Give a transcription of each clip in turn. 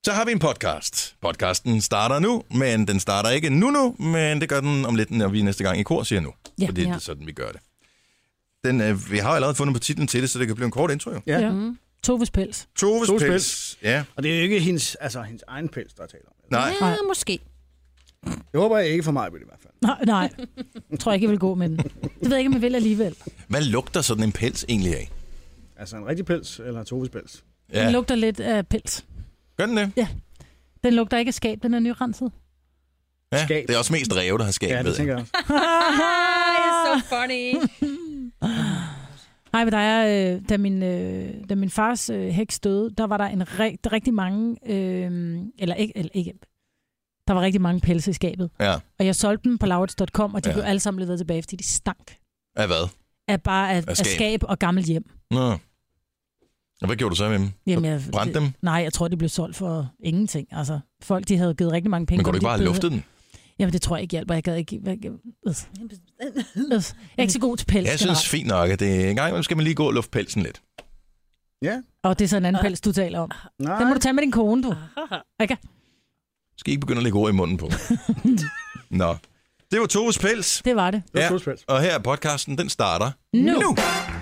Så har vi en podcast. Podcasten starter nu, men den starter ikke nu, men det gør den om lidt, når vi næste gang i kor siger nu. Ja, fordi det er sådan, vi gør det. Vi har allerede fundet på titlen til det, så det kan blive en kort intro. Jo. Ja. Toves pels. Toves pels. Ja. Og det er jo ikke hendes egen pels, der er tale om. Nej. Ja, måske. Det håber jeg ikke for mig, i hvert fald. Nej. Jeg tror ikke, jeg vil gå med den. Det ved jeg ikke, om jeg vil alligevel. Hvad lugter sådan en pels egentlig af? Altså en rigtig pels, eller Toves pels? Ja. Den lugter lidt af pels. Gør den det? Ja. Den lugter ikke af skab, den er nyrenset. Ja, Skab. det er også mest ræve, der har skab, Ja, ved det jeg. tænker jeg også. It's so funny. Nej, men der er, da min fars heks døde, der var der rigtig mange, der var rigtig mange pelse i skabet. Ja. Og jeg solgte dem på laurits.com, og de Ja. blev alle sammen leveret tilbage, fordi de stank. Af hvad? Af skab og gammelt hjem. Nå. Og hvad gjorde du så med dem? Jamen, Brændte dem? Nej, jeg tror, de blev solgt for ingenting. Altså, folk, de havde givet rigtig mange penge. Men kunne du ikke bare have luftet den? Jamen, det tror jeg ikke hjælper. Jeg gad ikke... Jeg er ikke så god til pels. Jeg synes fint nok, at det en gang imellem skal man lige gå og lufte pelsen lidt. Ja. Og det er så en anden pels, du taler om. Nej. Den må du tage med din kone, du. Okay. Skal ikke begynde at lægge ord i munden på. Nå. Det var Toves pels. Det var det. Det var Ja. Toves pels. Og her er podcasten, den starter Nu.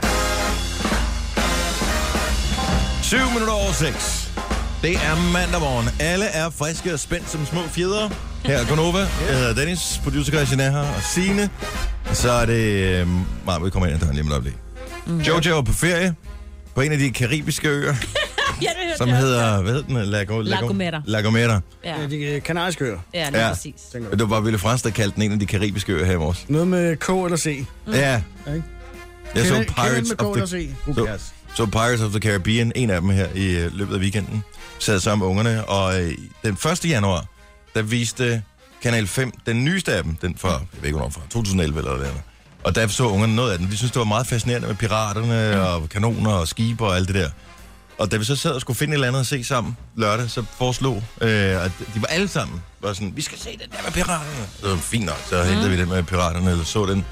7 minutter over 6. Det er mandag morgen. Alle er friske og spændt som små fjedre. Her er Gonova. Jeg hedder Dennis, producer Christian er her, og Signe. Så er det... vi kommer ind, der er lige et øjeblik. Jojo er på ferie på en af de karibiske øer, som hedder... Hvad hedder den? La Gomera. La Gomera. Ja, De kanariske øer. ja, lige Ja. præcis. Det var Ville Frans, der kaldte den en af de karibiske øer her i morges. Noget med K eller C. Ja. Ikke? Jeg så Kender Pirates med K of eller the... C. Who cares? Så Pirates of the Caribbean, en af dem her i løbet af weekenden, sad sammen med ungerne, og den 1. januar, der viste Kanal 5 den nyeste af dem, den fra, jeg ved ikke hvornår, fra 2011 eller hvad. Og der så ungerne noget af den. De synes det var meget fascinerende med piraterne og kanoner og skibe og alt det der. Og da vi så sad og skulle finde et eller andet at se sammen lørdag, så foreslog, at de var alle sammen var sådan, vi skal se den der med piraterne. Det var fint nok, så hentede vi den med piraterne, eller så den.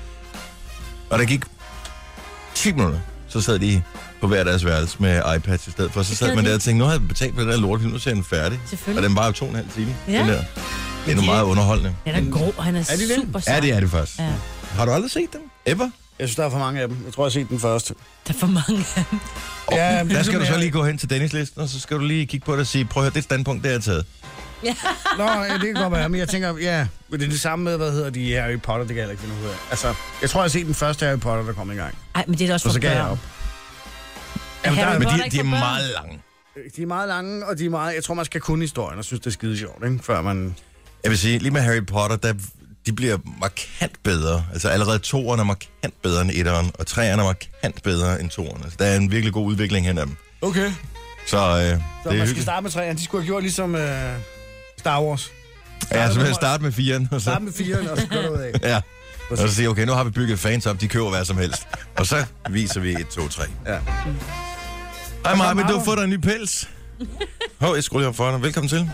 Og der gik 10 minutter, så sad de på hver deres værelse med iPads i stedet for. Så sad man der og tænkte, nu har jeg betalt for den der lortfilm, nu ser den færdig. Og den var jo 2,5 timer. Ja. Den der. Det er nu meget underholdende. Den er god, og han er de det? super sej. Ja, det er det faktisk. Ja. Har du aldrig set dem? Ever? Jeg synes, der er for mange af dem. Jeg tror, jeg har set den første. Der er for mange af dem. Ja, men Der skal det du er så mere- lige gå hen til Dennis-listen, og så skal du lige kigge på det og sige, prøv at høre, det standpunkt, det er jeg taget. Nå, ja, det kan godt være, men jeg tænker, ja, det er det samme med, hvad hedder de Harry Potter, det kan jeg heller ikke finde ud af. Altså, jeg tror, jeg har set den første Harry Potter, der kom i gang. Ej, men det er da også Og for så gav jeg børn. op. Harry der er- Men Potter de ikke er for børn? meget lange. De er meget lange, og de er meget... Jeg tror, man skal kunne historien og synes, det er skide sjovt, ikke? Før man... Jeg vil sige, lige med Harry Potter, de bliver markant bedre. Altså allerede 2'eren er markant bedre end 1'eren, og 3'eren er markant bedre end 2'eren. Altså, der er en virkelig god udvikling hen ad dem. Okay. Så Så det er man skal hyggeligt. starte med 3'eren. De skulle have gjort ligesom Star Wars. Ja, så vil jeg starte med 4'eren. Og så, Starte med 4'eren, og så gør du ud af. ja. Og så siger okay, nu har vi bygget fans op, de køber hvad som helst. Og så viser vi 1, 2, 3. Ja. Hej Marvin, du har fået dig en ny pels. Hov, jeg skruer lige op for dig. Velkommen til.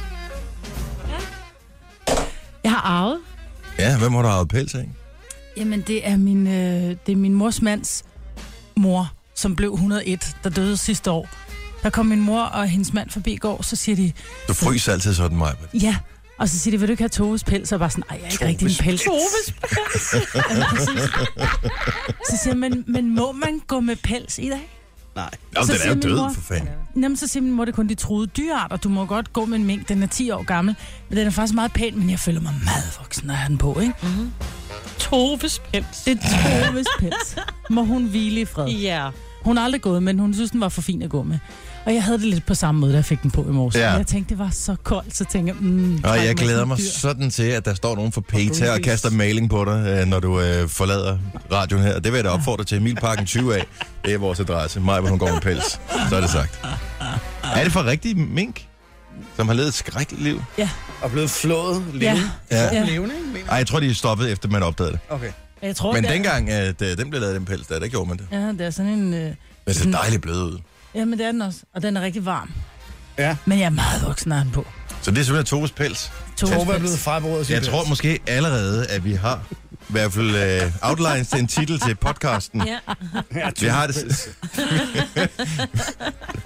Jeg har arvet. Ja, hvem har du arvet pels af? Jamen, det er min mors mands mor, som blev 101, der døde sidste år. Der kom min mor og hendes mand forbi i går, så siger de, Du fryser altid sådan, Maja. ja. Og så siger de, vil du ikke have Toves pels? Og jeg bare sådan, ej, jeg er ikke rigtig en pels. Toves pels? Ja, præcis. Så siger jeg, men må man gå med pels i dag? Nej. Nå, Så den er siger jo min død, mor- for fanden. Jamen, så siger min mor, det er kun de truede dyrearter. Du må godt gå med en mink, den er 10 år gammel. Men den er faktisk meget pæn, men jeg føler mig meget voksen at have den på, ikke? Mm-hmm. Toves pels. Det er Toves pels. Må hun hvile i fred. Ja. Hun har aldrig gået, men hun synes, den var for fin at gå med. Og jeg havde det lidt på samme måde, da jeg fik den på i morges. Ja. Ja. Jeg tænkte, det var så koldt, så tænkte jeg, Og træk jeg mig glæder sådan mig dyr. sådan til, at der står nogen fra PETA og Greenpeace. kaster mailing på dig, når du forlader radioen her. Det vil jeg da opfordre til. Milparken 20 af. Det er vores adresse. Maj, hvor hun går med pels. Så er det sagt. Er det for rigtig mink, som har levet et skrækkeligt liv? Og blevet flået levende. Ja. Ja. Levende, ikke? Mener Ej, jeg tror, de er stoppet, efter man opdagede det. jeg? Okay. Jeg tror, Men det er- dengang, at den blev lavet, den pels, der gjorde man det. Ja, det er sådan en... Men det ser dejligt blød ud. Ja, men det er den også. Og den er rigtig varm. Ja. Men jeg er meget voksen af den på. Så det er simpelthen Toves pels. Toves Tove er pels. blevet fraberådet. Jeg tror måske allerede, at vi har i hvert fald outlines til en titel til podcasten. Ja. Vi har det.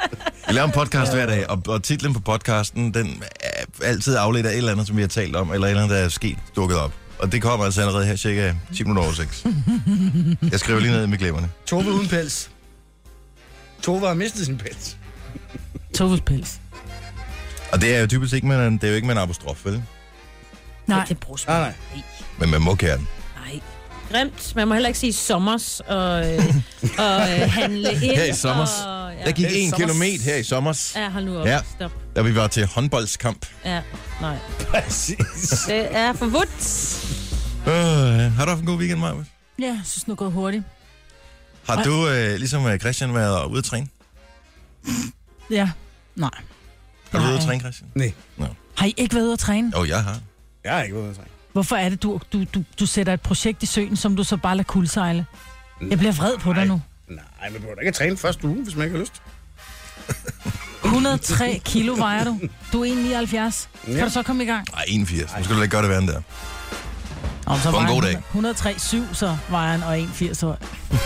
Vi laver en podcast hver dag, og titlen på podcasten, den er altid afledt af et eller andet, som vi har talt om, eller et eller andet, der er sket, dukket op. Og det kommer altså allerede her cirka 10 minutter over 6. Jeg skriver lige ned med glemmerne. Tove uden pels. Tove har mistet sin pels. Toves pels. Og det er jo typisk ikke med, det er jo ikke med en apostrof, vel? Nej. Det bruges Nej. Men man må gerne. Nej. Grimt. Man må heller ikke sige sommers og handle ind. Her i sommers. Og, Der gik 1 kilometer her i sommers. Ja, hold nu op. Ja. Stop. Da vi var til håndboldskamp. Ja, nej. Præcis. Det er forbudt. Har du haft en god weekend, Maja? Ja, jeg synes, det er gået hurtigt. Har du, ligesom Christian, været ude at træne? Ja. Nej. Har du været ude at træne, Christian? Nej. Har I ikke været ude at træne? Jo, jeg har. Jeg har ikke været ude at træne. Hvorfor er det, du sætter et projekt i søen, som du så bare lader kuldsejle? Jeg bliver vred på dig nu. Nej, men du må da ikke træne første uge, hvis man ikke har lyst. 103 kilo vejer du. Du er 1,79. Ja. Kan du så komme i gang? Nej, 81. Nu skal du da ikke gøre det værre end der. Så På en god dag. 103,7 så vejer han, og 1,80 høj.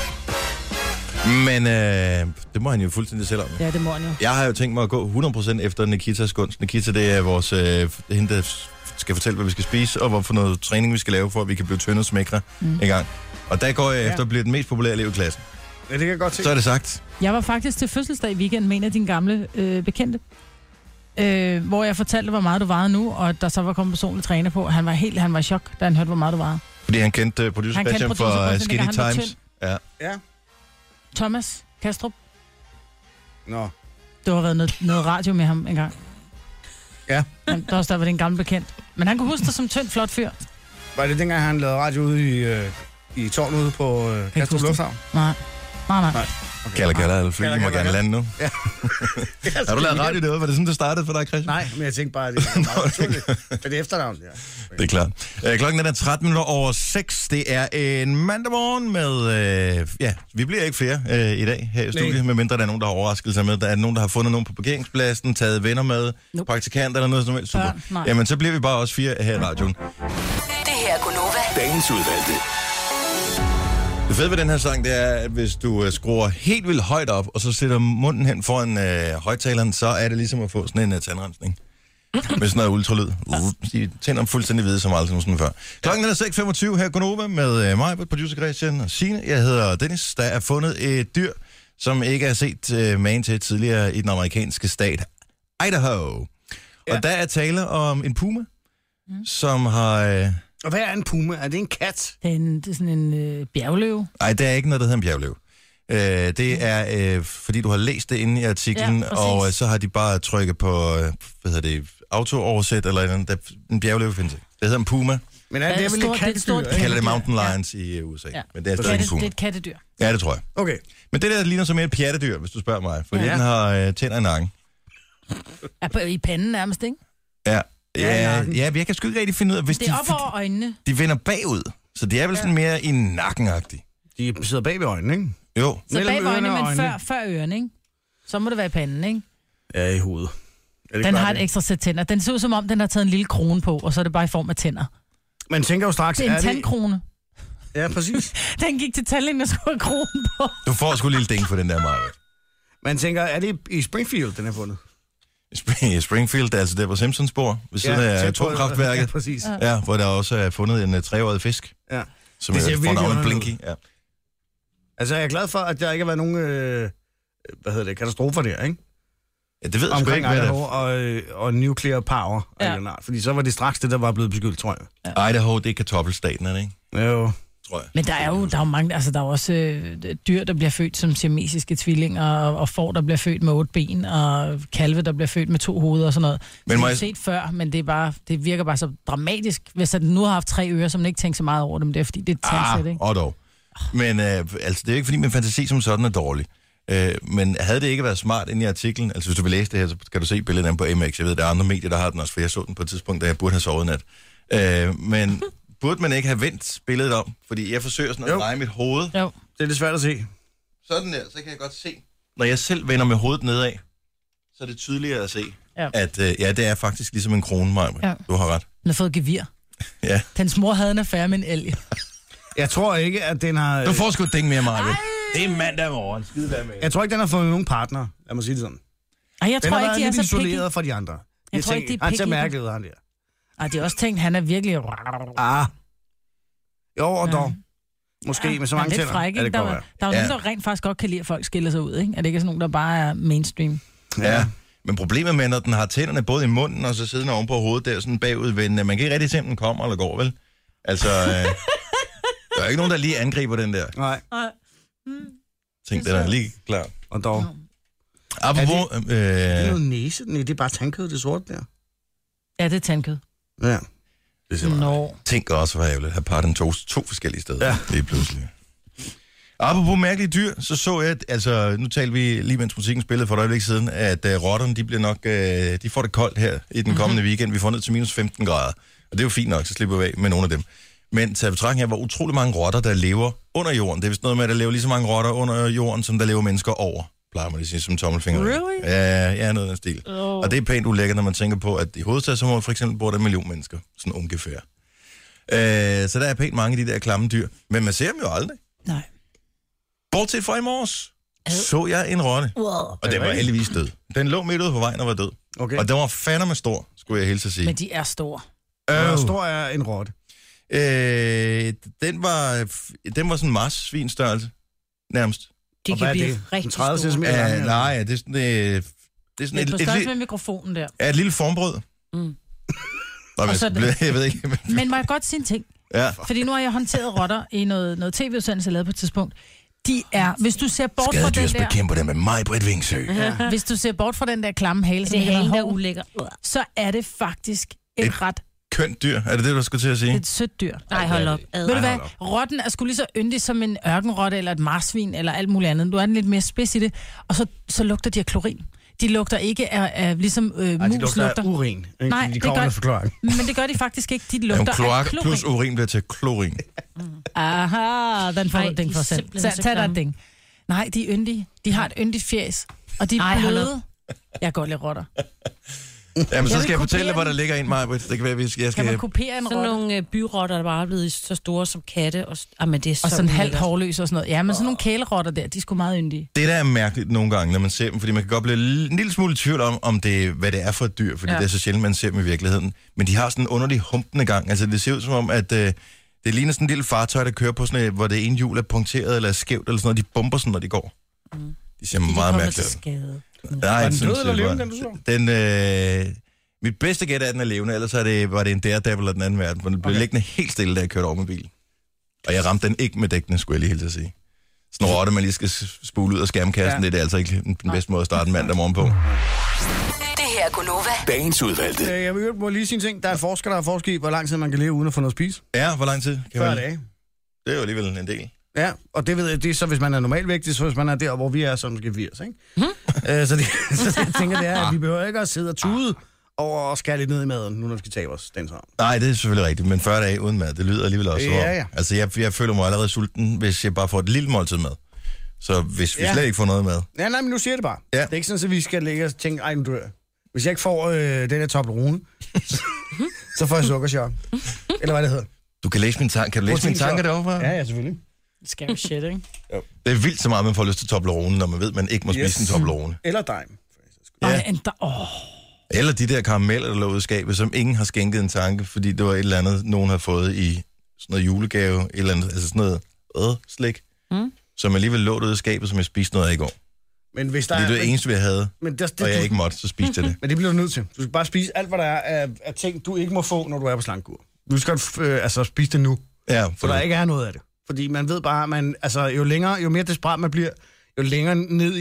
Men det må han jo fuldstændig selv om. Ja, det må han jo. Jeg har jo tænkt mig at gå 100% efter Nikitas gunst. Nikita, det er vores hende, der skal fortælle, hvad vi skal spise, og hvorfor noget træning, vi skal lave, for at vi kan blive tynde og smækre en gang. Og der går jeg efter at blive den mest populære elev i klassen. Ja, det kan jeg godt se. Så er det sagt. Jeg var faktisk til fødselsdag i weekenden med en af dine gamle bekendte. Hvor jeg fortalte, hvor meget du vejede nu, og der så var kommet personlig træner på. Han var i chok, da han hørte, hvor meget du vejede. Fordi han kendte producer Christian for Skinny Times. Ja. Ja. Thomas Kastrup. Nå. Du har været noget radio med ham engang. Ja. Der var også der var din gamle bekendt. Men han kunne huske dig som tynd, flot fyr. Var det dengang, han lavede radio ude i tårnet ude på Kastrup Lufthavn? Nej. Okay. Kalder, fly, du må gerne lande nu. Ja. Har du lavet radio derude? Var det sådan, det startede for dig, Christian? Nej, men jeg tænkte bare, at det er meget naturligt. Det er efternavn, ja. Det er klart. Klokken er 13 minutter over 6. Det er en mandag morgen med... vi bliver ikke flere i dag her i studiet, medmindre der er nogen, der har overrasket sig med. Der er nogen, der har fundet nogen på parkeringspladsen, taget venner med, praktikanter eller noget som helst. Super. Jamen, så bliver vi bare også 4 her i radioen. Det her er Gunova. Dagens udvalgte. Det fede ved den her sang, det er, at hvis du skruer helt vildt højt op, og så sætter munden hen foran højtaleren, så er det ligesom at få sådan en tandrensning. Med sådan noget ultralyd. De tænder fuldstændig hvide som aldrig nogensinde før. Klokken er 6.25 her i Gunova med mig, producer Christian og Signe. Jeg hedder Dennis. Der er fundet et dyr, som ikke er set magen til tidligere i den amerikanske stat Idaho. Ja. Og der er tale om en puma, som har... Og hvad er en puma? Er det en kat? Det er sådan en bjergløve. Nej, det er ikke noget, der hedder en bjergløve. Det er, fordi du har læst det inde i artiklen, og så har de bare trykket på, auto-oversæt eller andet. En bjergløve findes ikke. Det hedder en puma. Men er det vel et kattedyr? De kalder det mountain lions i USA, men det er stadig en puma. Det er et kattedyr. Ja, det tror jeg. Okay. Men det der ligner som et pjattedyr, hvis du spørger mig, fordi den har tænder i nakken. I panden nærmest, ikke? Ja, jeg kan sgu ikke rigtig finde ud af, hvis det er op over øjnene. De vender bagud, så de er vel sådan mere i nakkenagtige. De sidder bag ved øjnene, ikke? Jo. Så bag ved øjnene, men før ørerne, ikke? Så må det være i panden, ikke? Ja, i hovedet. Den har et ekstra sæt tænder. Den ser ud som om, den har taget en lille krone på, og så er det bare i form af tænder. Man tænker jo straks... Det er en tandkrone. Ja, præcis. Den gik til tandlægen og skulle have kronen på. Du får sgu en lille ding for den der, Maja. Man tænker, er det i Springfield, den er fundet? I Springfield, det er altså der på Simpsons bor, ved siden af atomkraftværket. Ja, præcis. Ja, hvor der også er fundet en 3-årig fisk. Ja. Som får navnet Blinky. Ja. Altså, jeg er glad for, at der ikke har været nogen katastrofer der, ikke? Ja, det ved jeg sgu omkring ikke, hvad Idaho og nuclear power. Ja. Fordi så var det straks det, der var blevet beskyldt, tror jeg. Ja. Idaho, det er kartoffelstaten, er det ikke? Jo. Tror jeg. Men der er jo mange, altså der er også dyr, der bliver født som siamesiske tvillinger, og får, der bliver født med 8 ben, og kalve, der bliver født med 2 hoveder og sådan noget. Men det har set før, men det virker bare så dramatisk, hvis den nu har haft 3 ører, som man ikke tænker så meget over dem. Det er fordi, det er tandsæt, ikke? Og dog. Men altså, det er ikke fordi, min fantasi som sådan er dårlig. Men havde det ikke været smart inde i artiklen, altså hvis du vil læse det her, så kan du se billedet på MX. Jeg ved, der er andre medier, der har den også, for jeg så den på et tidspunkt, da jeg burde have sovet nat. Men burde man ikke have vendt billedet om? Fordi jeg forsøger sådan at dreje mit hoved. Jo. Det er lidt svært at se. Sådan der, så kan jeg godt se. Når jeg selv vender med hovedet nedad, så er det tydeligere at se, at det er faktisk ligesom en krone, Maja. Ja. Du har ret. Den har fået gevir. Ja. Dens mor havde en affære med en elg. Jeg tror ikke, at den har... Du får sgu et ding mere, Maja. Det er mandag morgen. Skide være med. Jeg tror ikke, den har fået nogen partner. Lad mig sige det sådan. Ej, jeg Den tror har ikke, været de er lidt så picky. isoleret fra de andre. Jeg tror ikke, de er han ser picky. mærkeligt ud, han der. Ej, de har også tænkt, han er virkelig... Jo, og dog. Måske med så mange tænder. Fræk, ikke? Der er jo nogen, der rent faktisk godt kan lide, at folk skiller sig ud, ikke? Er det ikke sådan nogen, der bare er mainstream? Ja. Men problemet med, når den har tænderne både i munden og så siddende oven på hovedet der, sådan bagudvendende, man kan ikke rigtig se, om den kommer eller går, vel? Altså, der er ikke nogen, der lige angriber den der. Nej. Tænk, den er lige klar. Og dog. Apropos... Det er noget næse. Nej, det er bare tandkød, det sorte der. Ja, det er tandkød. Ja. Det ser Nå. Tænk også, hvor jeg ville have parret to forskellige steder. Ja. Lige pludselig. Apropos mærkelige dyr, så jeg, altså nu talte vi lige mens musikken spillede for et øjeblik siden, at rotterne, de bliver nok, de får det koldt her i den kommende weekend. Vi får ned til minus 15 grader, og det er jo fint nok, så slipper vi af med nogle af dem. Men til betragtning af, hvor utrolig mange rotter, der lever under jorden. Det er vist noget med, at der lever lige så mange rotter under jorden, som der lever mennesker over, plejer man at sige, som tommelfinger. Really? Ja, noget af den stil. Og det er pænt ulækkert, når man tænker på, at i hovedstadsområdet for eksempel bor der 1 million mennesker, sådan ungefær. Så der er pænt mange af de der klamme dyr, men man ser dem jo aldrig. Nej. Bortset fra i morges, så jeg en rotte, og den var heldigvis død. Den lå midt ude på vejen og var død. Okay. Og den var fandeme stor, skulle jeg hilse at sige. Men de er store. Hvor stor er en rotte? Den var sådan en marsvinsstørrelse, nærmest. De kan blive rigtig 30 store. cm? Nej, det er sådan, det er sådan Det er på størrelse med mikrofonen der. et lille formbrød. Mm. Nå, Og så jeg ved ikke. Men må jeg godt sige en ting? Ja. Fordi nu har jeg håndteret rotter i noget tv-udsendelse, jeg lavede på et tidspunkt. De er, hvis du ser bort fra den der... Skadedyrsbekæmper dem med mig, Britt Vingsø. Ja. Hvis du ser bort fra den der klamme hale, som Det er hedder halen, der er hår, ulækker. så er det faktisk et ret Kønt dyr, er det det, du skulle til at sige? et sødt dyr. Nej, hold op. Ved du hvad? Rotten er sgu lige så yndig som en ørkenrotte eller et marsvin eller alt muligt andet. Du er den lidt mere spids i det. Og så lugter de af klorin. De lugter ikke af ligesom mus lugter af urin. Nej, de det kommer gør- for kloak. Men det gør de faktisk ikke. De Jamen, lugter kloak af klorin. plus urin bliver til klorin. Aha, den får Ej, et ding de for er selv. simpelthen så Tag dig et klamme. ding. Nej, de er yndige. De har et yndigt fjæs. Og de er Ej, hold bløde. Jeg kan godt lide rotter. Jamen, så vil skal jeg fortælle dig, hvor kopiere der ligger en, Maja. Det kan være, jeg Kan skal... man kopiere en Sådan rotte? nogle byrotter, der bare er blevet så store som katte. Men det er så Og sådan halvt ulækkert. hårløs og sådan noget. Ja, men sådan nogle kælerotter der, de er sgu meget yndige. Det der er mærkeligt nogle gange, når man ser dem, fordi man kan godt blive en lille smule i tvivl om hvad det er for et dyr, fordi det er så sjældent, man ser dem i virkeligheden. Men de har sådan en underlig humpende gang. Altså, det ser ud som om, at det ligner sådan en lille fartøj, der kører på sådan hvor det ene hjul er punkteret eller er skævt, eller sådan noget. De bomber sådan, når de går. De ser meget mærkeligt ud. Skade. Nej, Var den sådan død eller set levende, bare- den du så? Mit bedste gæt er, at den er levende, ellers var det en daredevil eller den anden verden, for den blev liggende helt stille, da jeg kørte over med bilen. Og jeg ramte den ikke med dækkene, skulle jeg lige helt til at sige. Sådan en rotte, man lige skal spule ud af skærmkassen, det er altså ikke den bedste måde at starte en mandag morgen på. Det her er Gunova. Dagens udvalgte. Jeg må lige sige en ting. Der er forskere, der har forsket i, hvor lang tid man kan leve uden at få noget at spise. Ja, hvor lang tid? 40 dage. Det er jo alligevel en del. Ja, og det ved jeg, det er så, hvis man er normalvægtig, så hvis man er der, hvor vi er, så måske 80, ikke? Så det jeg tænker, det er, at vi behøver ikke at sidde og tude over og skære lidt ned i maden, nu når vi skal tabe os den sammen. Nej, det er selvfølgelig rigtigt, men 40 dage uden mad, det lyder alligevel også. Ja. Altså, jeg føler mig allerede sulten, hvis jeg bare får et lille måltid mad. Så hvis vi Ja. slet ikke får noget mad. Ja, nej, men nu siger jeg det bare. Ja. Det er ikke sådan, at vi skal ligge og tænke, ej, nu dør jeg. Hvis jeg ikke får den der Toblerone, så får jeg sukkerchok. Eller hvad det hedder. Du kan læse mine tanker. Kan du læse mine tanker derovre? Ja, selvfølgelig. Scary shit, ikke? Det er vildt så meget, man får lyst til Toblerone, når man ved, at man ikke må spise en Toblerone. Eller dejm. Ja. Eller de der karameller, der lå ude i skabet, som ingen har skænket en tanke, fordi det var et eller andet, nogen har fået i sådan noget julegave, et eller andet, altså sådan noget slik, som alligevel lå ude i skabet, som jeg spiste noget af i går. Men hvis der Det er det eneste, vi havde, men og jeg ikke måtte, så spiste jeg det. Men det bliver du nødt til. Du skal bare spise alt, hvad der er af ting, du ikke må få, når du er på slankekur. Du skal spise det nu, Ja, for der ikke er noget af det. Fordi man ved bare, jo mere desperat man bliver, jo længere ned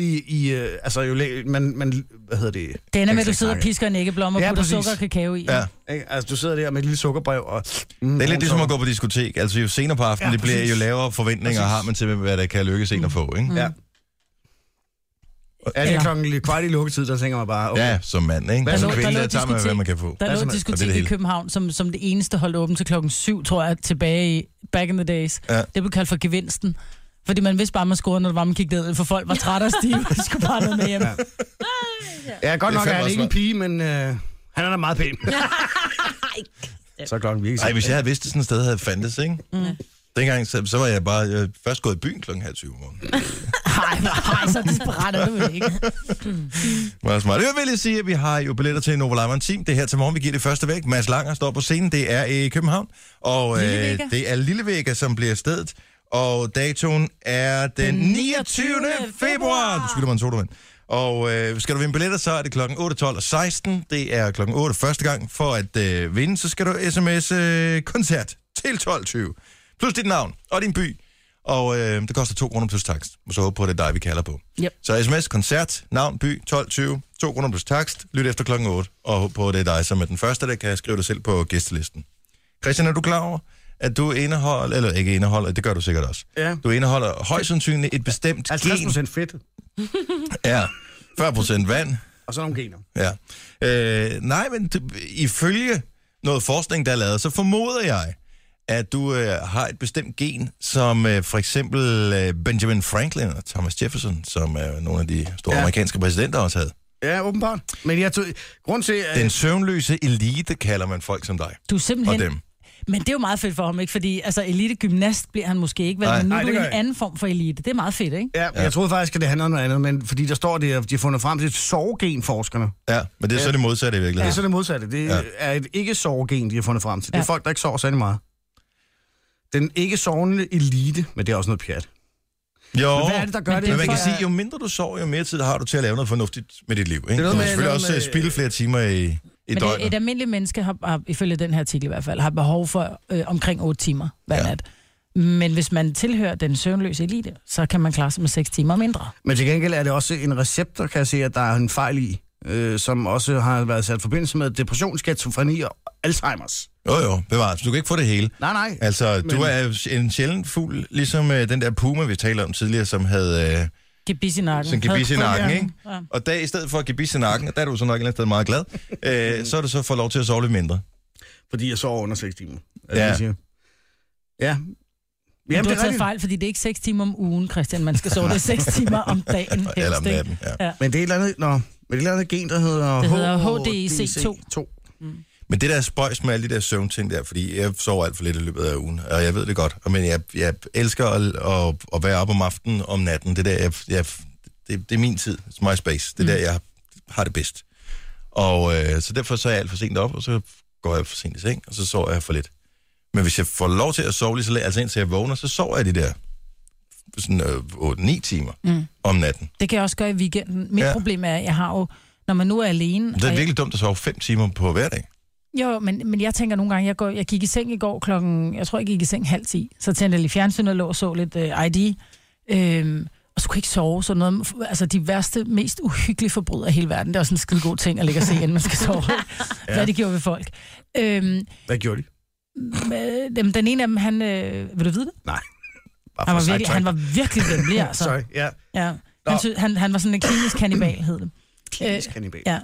hvad hedder det? Det ender med, at du Jeg sidder og kan pisker en æggeblom og Ja, putter præcis. sukker og kakao i. Ja. ikke? Altså, du sidder der med et lille sukkerbrev og... Det er lidt ligesom at gå på diskotek. Altså jo senere på aftenen, Ja, det bliver præcis. jo lavere forventninger, Præcis. har man til, hvad der kan lykkes en at få, ikke? Ja. Er det klokken kvart i lukketid, der tænker man bare... Okay. Ja, som mand, ikke? Der Som lå- kvinde, der lå der tager man, hvad man kan få. Der lå Altså, et og det er diskotek det i hele. København, som det eneste holdt åbent til 7, tror jeg, tilbage i back in the days. Ja. Det blev kaldt for gevinsten. Fordi man vidste bare, man scorede, når det var, man kiggede ned, for folk var trætte og stive, og de skulle bare noget med hjem. Ja. Ja, godt Det er nok er fandme han også ikke en pige, men han er da meget pæn. Så er klokken virkelig. Ej, hvis jeg havde vidst, det sådan et sted havde fandtes, ikke? Dengang, så var jeg bare først gået i byen klokken 6:30 om morgenen. Nej, så desperat er du vel ikke. Meget smart. Det vil jeg sige, at vi har jo billetter til Nova Live Team. Det er her til morgen, vi giver det første væk. Mads Langer står på scenen. Det er i København. Og det er Lille Vega, som bliver stedet. Og datoen er den 29. februar. Du skylder mig en sodavand. Og skal du vinde billetter, så er det klokken 8, 12 og 16. Det er klokken 8 første gang. For at vinde, så skal du sms koncert til 12.20. Plus dit navn og din by. Og det koster 2 kroner plus takst. Så håber på, at det er dig, vi kalder på. Yep. Så sms, koncert, navn, by, 12.20, 2 kroner plus takst. Lyt efter klokken 8. Og håber på, at det er dig, som er den første, der kan skrive dig selv på gæstelisten. Christian, er du klar over, at du indeholder, eller ikke indeholder, det gør du sikkert også. Ja. Du indeholder højst sandsynligt et bestemt 50% fedt. Ja, 40% vand. Og så nogle gener. Ja. Nej, men ifølge noget forskning, der er lavet, så formoder jeg, at du har et bestemt gen, som for eksempel Benjamin Franklin og Thomas Jefferson, som er nogle af de store amerikanske præsidenter også havde. Ja, åbenbart. Men jeg tog grund til... Den søvnløse elite kalder man folk som dig. Du er simpelthen... Og dem. Men det er jo meget fedt for ham, ikke? Fordi altså, elite-gymnast bliver han måske ikke, men nu er du en anden form for elite. Det er meget fedt, ikke? Ja, jeg troede faktisk, at det handler om noget andet, men fordi der står det, at de har fundet frem til et sovegen, forskerne. Ja, men det er så det modsatte i virkeligheden. Det er så det modsatte. Det er et ikke-sovegen, de har fundet frem til. Det er folk, der ikke sover særlig meget. Den ikke-sovende elite, men det er også noget pjat. Jo, men hvad er det, der gør det? Men man kan sige, jo mindre du sover, jo mere tid har du til at lave noget fornuftigt med dit liv. Ikke? Du kan selvfølgelig også spilde flere timer i døgnet. Et almindeligt menneske har, ifølge den her artikel i hvert fald, har behov for omkring 8 timer hver nat. Men hvis man tilhører den søvnløse elite, så kan man klare sig med 6 timer mindre. Men til gengæld er det også en receptor, kan jeg se, at der er en fejl i, som også har været sat forbindelse med depression, skizofreni og Alzheimer's. Jo, bevares. Du kan ikke få det hele. Nej. Altså, du er en sjælden fugl, ligesom den der puma, vi talte om tidligere, som havde... gebis i nakken. Som gebis i nakken, ikke? Ja. Og der, i stedet for gebis i nakken, der er du så nok et eller andet sted meget glad, så er du så får lov til at sove lidt mindre. Fordi jeg sover under 6 timer. Ja. Men du har taget fejl, fordi det er ikke 6 timer om ugen, Christian. Man skal sove det 6 timer om dagen. Eller om natten, ja. Men det er et eller andet gen, der hedder... Det hedder HDC2. Men det der spøjs med alle de der søvnting der, fordi jeg sover alt for lidt i løbet af ugen, og jeg ved det godt, men jeg elsker at være oppe om aftenen om natten. Det der, det er min tid, it's my space. Det der, jeg har det bedst. Og så derfor så er jeg alt for sent op, og så går jeg for sent i seng, og så sover jeg for lidt. Men hvis jeg får lov til at sove lige så lidt, altså indtil jeg vågner, så sover jeg de der sådan 8-9 timer om natten. Det kan jeg også gøre i weekenden. Mit problem er, at jeg har jo, når man nu er alene... Det er virkelig dumt at sove 5 timer på hver dag. Jo, men jeg tænker nogle gange, jeg gik i seng i går klokken, jeg tror jeg gik i seng 9:30, så tændte jeg lige fjernsynet og lå og så lidt ID, og så kunne jeg ikke sove, så noget, altså de værste, mest uhyggelige forbrydere i hele verden, det er også en skide god ting at ligge og se, inden man skal sove. Hvad det gjorde ved folk. Hvad gjorde de? Den ene af dem, han, vil du vide det? Nej. Han var virkelig venlig, altså. Sorry, ja. Han var sådan en klinisk kannibal, hed det. Klinisk kannibal. Ja.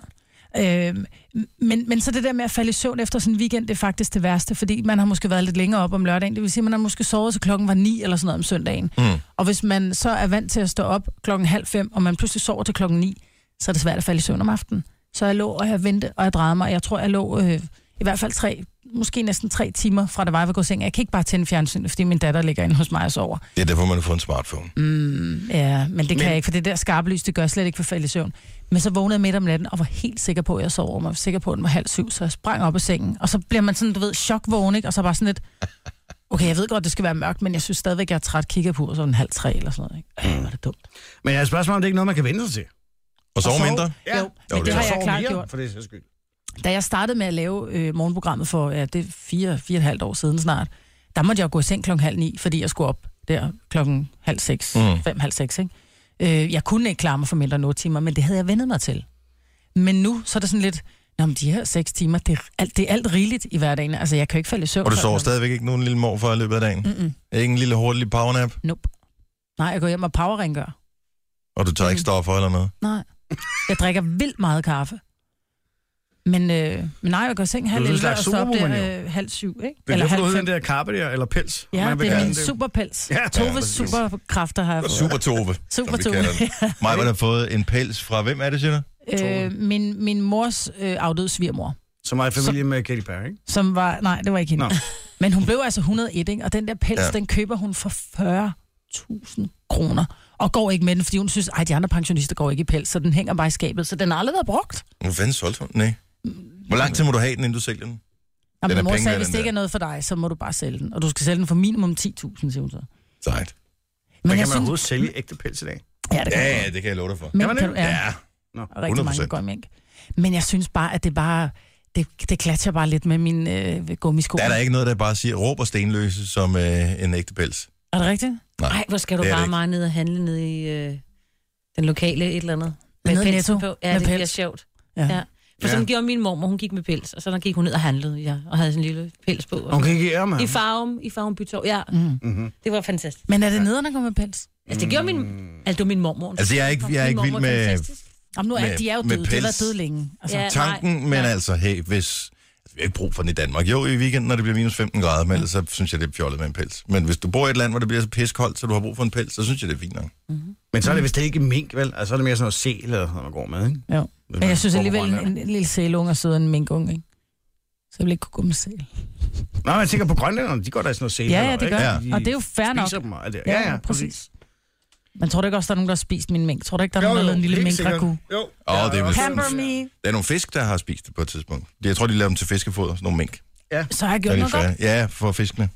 Men så det der med at falde i søvn efter sådan en weekend, det er faktisk det værste, fordi man har måske været lidt længere op om lørdagen. Det vil sige, at man har måske sovet, så klokken var 9 eller sådan noget om søndagen. Og hvis man så er vant til at stå op 4:30, og man pludselig sover til klokken 9, så er det svært at falde i søvn om aftenen. Så jeg lå, og jeg vendte, og jeg drejede mig. Jeg tror, jeg lå i hvert fald måske næsten 3 timer fra det var, jeg var gået i seng. Jeg kan ikke bare tænde fjernsynet, fordi min datter ligger inde hos mig og sover. Det er derfor, man har fået en smartphone. Ja, men det kan jeg ikke, for det der skarpe lys, det gør slet ikke for at falde i søvn. Men så vågnede jeg midt om natten og var helt sikker på, at jeg sov, og var sikker på, at den var 6:30, så jeg sprang op af sengen. Og så bliver man sådan, du ved, chokvågen, ikke? Og så bare sådan lidt, okay, jeg ved godt, det skal være mørkt, men jeg synes stadigvæk, jeg er træt, kigger på, og så 2:30 eller sådan noget, ikke? Var det dumt. Men jeg spørger mig, om det ikke er noget, man kan vente sig til. Og sove mindre? Ja. Jo, men det har jeg klart gjort. For det er skyld. Da jeg startede med at lave morgenprogrammet for, det er 4,5 år siden snart, der måtte jeg gå i seng 8:30, fordi jeg skulle op der 5:30, 5:30, ikke? Jeg kunne ikke klare mig for mindre end 8 timer, men det havde jeg vendet mig til. Men nu, så er det sådan lidt, men de her 6 timer, det er alt rigeligt i hverdagen. Altså, jeg kan jo ikke falde i søvn. Og du sover stadigvæk ikke nogen lille morfar i løbet af dagen? Ikke en lille hurtig powernap? Nope. Nej, jeg går hjem og powerrengør. Og du tager ikke stoffer eller noget? Nej. Jeg drikker vildt meget kaffe. Men nej, jeg går i seng 6:30 og står op der 6:30, ikke? Det er derfor, du hedder den der karpe der, eller pels? Ja, det er min superpels. Ja, Toves superkræfter har jeg fået. Super Tove. Super Tove. Mig har fået en pels fra, hvem er det, siger du? Min mors afdøde svigermor. Som var i familie med Katy Perry, ikke? Som var, nej, det var ikke hende. Men hun blev altså 101, ikke? Og den der pels, den køber hun for 40.000 kroner. Og går ikke med den, fordi hun synes, de andre pensionister går ikke i pels, så den hænger bare i skabet, så den har aldrig været brugt. Hvor fanden solgte hun den, ikke? Hvor lang tid må du have den, inden du sælger den? Jamen, min mor sagde, hvis det ikke er noget for dig, så må du bare sælge den. Og du skal sælge den for minimum 10.000, siger hun så. Sejt. Men kan man overhovedet sælge ægte pels i dag? Ja, det kan ja, det kan jeg love dig for. Men kan du, ja. Nå, rigtig mange går i mink. Men jeg synes bare, at det bare... Det klatscher bare lidt med min gummisko. Der er der ikke noget, der bare siger, råb og stenløse som en ægte pels. Er det rigtigt? Nej, hvor skal du bare meget ned og handle ned i den lokale et eller andet. Med Netto? På. Ja, det bliver sjovt. Ja. For sådan gjorde min mor, hun gik med pels, og så gik hun ned og handlede, og havde sådan en lille pels på. Hun gik i ærmer? I Farum Bytorv, ja. Det var fantastisk. Men er det nederen at gå med pels? Altså, det gjorde min mormor. Altså, jeg er ikke vild med... Jamen, de er jo døde. Det var døde længe. Altså. Ja, tanken, men altså, hey, hvis... Vi har ikke brug for den i Danmark. Jo, i weekenden, når det bliver minus 15 grader, men ellers så synes jeg, det er fjollet med en pels. Men hvis du bor i et land, hvor det bliver så pissekoldt, så du har brug for en pels, så synes jeg, det er fint nok. Men så er det vist ikke mink, vel? Altså, så er det mere sådan noget sæl, eller man går med, ikke? Jo. Men jeg synes alligevel, en lille sælunge er sød en minkunge, ikke? Så jeg vil ikke kunne gå med sæl. Nej, men jeg tænker på grønlænderne, de går da sådan noget sæl. Ja, det gør. Ja. Og det er jo fair nok. Spiser dem, og det. Ja, præcis. Men tror du ikke også, der er nogen, der har spist min mink? Tror du ikke, der er nogen, der har lavet en lille mink-ragu? Jo. Det er Pamper me. Der er nogle fisk, der har spist det på et tidspunkt. Jeg tror, de laver dem til fiskefoder, sådan nogle mink. Ja. Så har jeg gjort noget godt. Ja, for fiskene.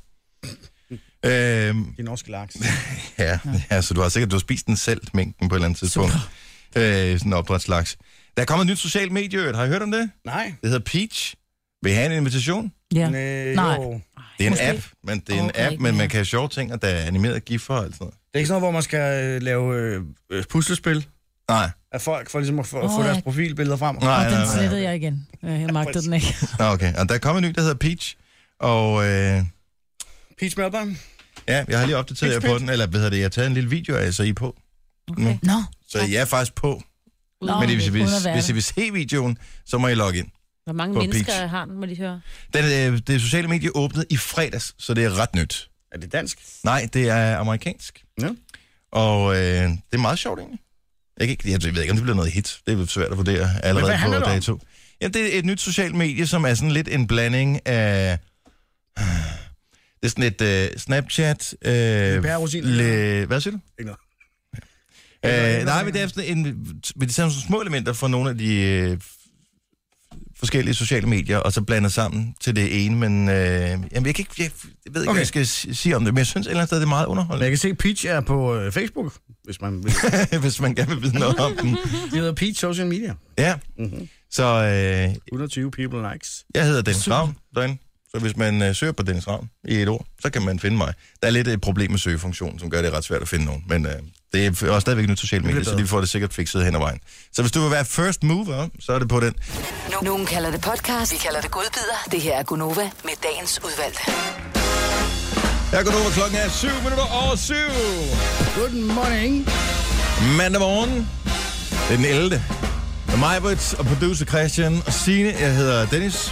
De norske laks. ja, så du har spist den selv, minken, på et eller andet tidspunkt. Sådan en opdrætslaks. Der er kommet et nyt socialt medie, har I hørt om det? Nej. Det hedder Peach. Vil I have en invitation? Ja. Nej. Det er en app, men man kan have sjove ting, og der er animeret giffer og alt sådan noget. Det er ikke sådan noget, hvor man skal lave puslespil? Nej. Af folk for ligesom at få deres profilbilleder frem? Nej, den slettede jeg igen. Jeg magtede den ikke. Okay, og der er kommet en ny, der hedder Peach. Og... Peach Melbourne? Ja, jeg har lige opdateret jer på den, eller hvad hedder det, jeg har taget en lille video af, så I er på. Okay. Nå. Så jeg er faktisk på. Men hvis I vil se videoen, så må I logge ind. Hvor mange mennesker Peach har den, må de høre? Det sociale medie åbnede i fredags, så det er ret nyt. Er det dansk? Nej, det er amerikansk. Ja. Og det er meget sjovt egentlig. Jeg ved ikke, om det bliver noget hit. Det er svært at vurdere allerede på dato. Ja, det er et nyt socialt medie, som er sådan lidt en blanding af... Det er sådan et Snapchat... Hvad siger du? Ikke noget. Nej, men det er sådan små elementer fra nogle af de forskellige sociale medier, og så blander sammen til det ene, men jeg ved ikke, hvad jeg skal sige om det, men jeg synes et eller andet sted, det er meget underholdende. Jeg kan se, at Peach er på Facebook, hvis man vil. Hvis man gerne vil vide noget om den. Det hedder Peach Social Media. Ja, så... 120 people likes. Jeg hedder Dennis Ravn derinde. Så hvis man søger på Dennis Ravn i et ord, så kan man finde mig. Der er lidt et problem med søgefunktionen, som gør det ret svært at finde nogen. Men det er også stadigvæk nyt socialt medie, så de får det sikkert fikset hen ad vejen. Så hvis du vil være first mover, så er det på den. Nogen kalder det podcast, vi kalder det godbider. Det her er Gunova med dagens udvalgte. Jeg er Gunova, klokken er 7 minutter over 7. Good morning. Mandag morgen. Det er den 11. Med mig, Britt, og producer Christian og Signe. Jeg hedder Dennis.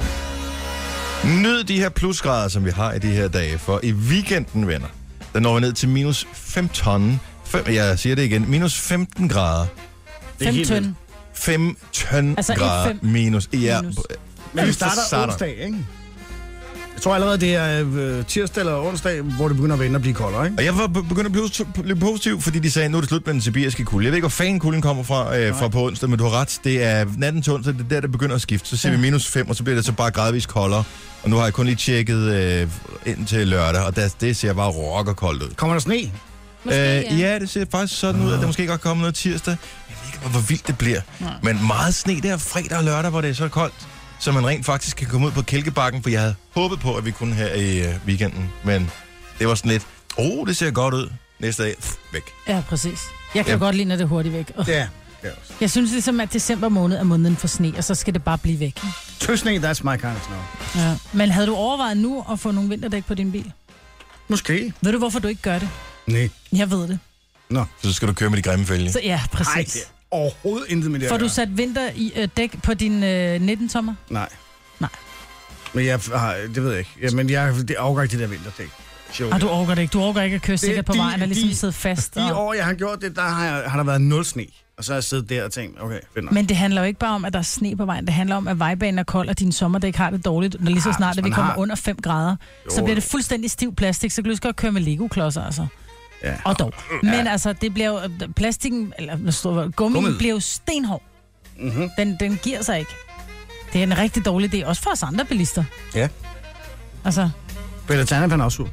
Nyd de her plusgrader, som vi har i de her dage, for i weekenden, venner, der når vi ned til minus 15. Jeg siger det igen, minus 15 grader. 5 tøn. 5 tøn altså grader minus. Ja, men vi starter onsdag, ikke? Jeg tror allerede, det er tirsdag eller onsdag, hvor det begynder at vende og blive koldere, ikke? Og jeg var begyndt at blive positiv, fordi de sagde, nu er det slut med den sibiriske kulde. Jeg ved ikke, hvor fanden kulden kommer fra på onsdag, men du har ret. Det er natten til onsdag, det er der begynder at skifte. Så ser vi minus 5, og så bliver det så bare gradvist koldere. Og nu har jeg kun lige tjekket ind til lørdag, og det ser bare rockerkoldt ud. Kommer der sne? Ja, det ser faktisk sådan ud, at der måske godt kommer noget tirsdag. Jeg ved ikke, hvor vildt det bliver. Men meget sne der fredag og lørdag, hvor det er så koldt, så man rent faktisk kan komme ud på Kælkebakken, for jeg havde håbet på, at vi kunne her i weekenden. Men det var sådan lidt, det ser godt ud. Næste dag, væk. Ja, præcis. Jeg kan godt lide, når det er hurtigt væk. Ja. Jeg synes ligesom, at december måned er måneden for sne, og så skal det bare blive væk. Tøsne, that's my kind of snow. Ja. Men havde du overvejet nu at få nogle vinterdæk på din bil? Måske. Ved du, hvorfor du ikke gør det? Nej. Jeg ved det. Nå. Så skal du køre med de grimme fælge. Så ja, præcis. Nej, det er overhovedet intet med det. Får du sat vinterdæk på din 19-tommer? Nej. Nej. Men det ved jeg ikke. Ja, men det afgår ikke det der vinterdæk. Og du overgår det ikke. Du overgår ikke at køre sikkert på vejen og ligesom sidde fast. De år, jeg har gjort det, der har der været 0 sne. Og så har jeg siddet der og tænkt, okay, fedt nok. Men det handler jo ikke bare om, at der er sne på vejen. Det handler om, at vejbanen er kold, og dine sommerdæk har det dårligt. Når lige så snart, at vi kommer under 5 grader, så bliver det fuldstændig stiv plastik, så kan du godt køre med Lego-klodser, altså. Ja. Og dog. Men altså, det bliver jo, plastikken, eller gummien bliver jo stenhård. Mm-hmm. Den giver sig ikke. Det er en rigtig dårlig idé, også for os andre bilister. Ja. Altså. Peter Tanner, han er også sur.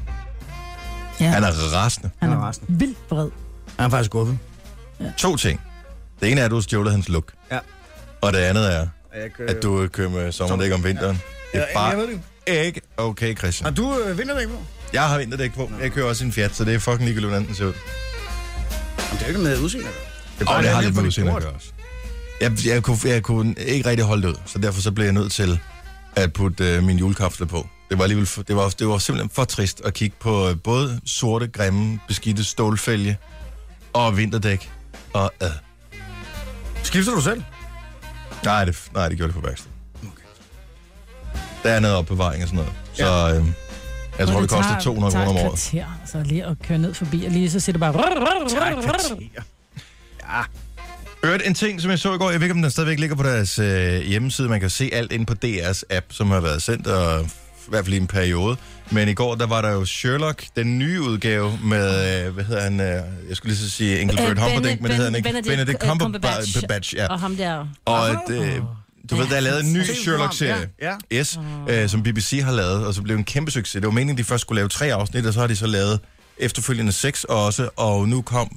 Ja. Han er rasende. Han er vildt vred. Han er faktisk skuffet. Ja. 2 ting. Det ene er, at du har stjålet hans look. Ja. Og det andet er, at du kører med sommerdæk om vinteren. Ja. Det er bare ikke okay, Christian. Har du vinterdæk på? Jeg har vinterdæk på. Jeg kører også en Fiat, så det er fucking ligegyldigt, hvordan den ser ud. Jamen, det er jo ikke med udseende. Det har lidt med udseende at gøre også. Jeg kunne ikke rigtig holde det ud, så derfor så blev jeg nødt til at putte min julekapsler på. Det var simpelthen for trist at kigge på både sorte, grimme, beskidte stålfælge og vinterdæk og Skifter du selv? Nej, det gjorde det på værksted. Okay. Der er noget opbevaring og sådan noget. Så jeg tror, det koster 200 kroner om året. Det tager lige at køre ned forbi, og lige så siger det bare... Ja. Hørt en ting, som jeg så i går. Jeg ved ikke, om den stadigvæk ligger på deres hjemmeside. Man kan se alt inde på DR's app, som har været sendt, og i hvert fald i en periode. Men i går, der var der jo Sherlock, den nye udgave med, hvad hedder han? Jeg skulle lige så sige Engelbert Humperdinck, men det hedder han ikke. Benedict Cumberbatch, ja. Og ham der. Og du ved, der er lavet en ny Sherlock-serie, som BBC har lavet, og så blev en kæmpe succes. Det var meningen, de først skulle lave 3 afsnit, og så har de så lavet efterfølgende 6 også, og nu kom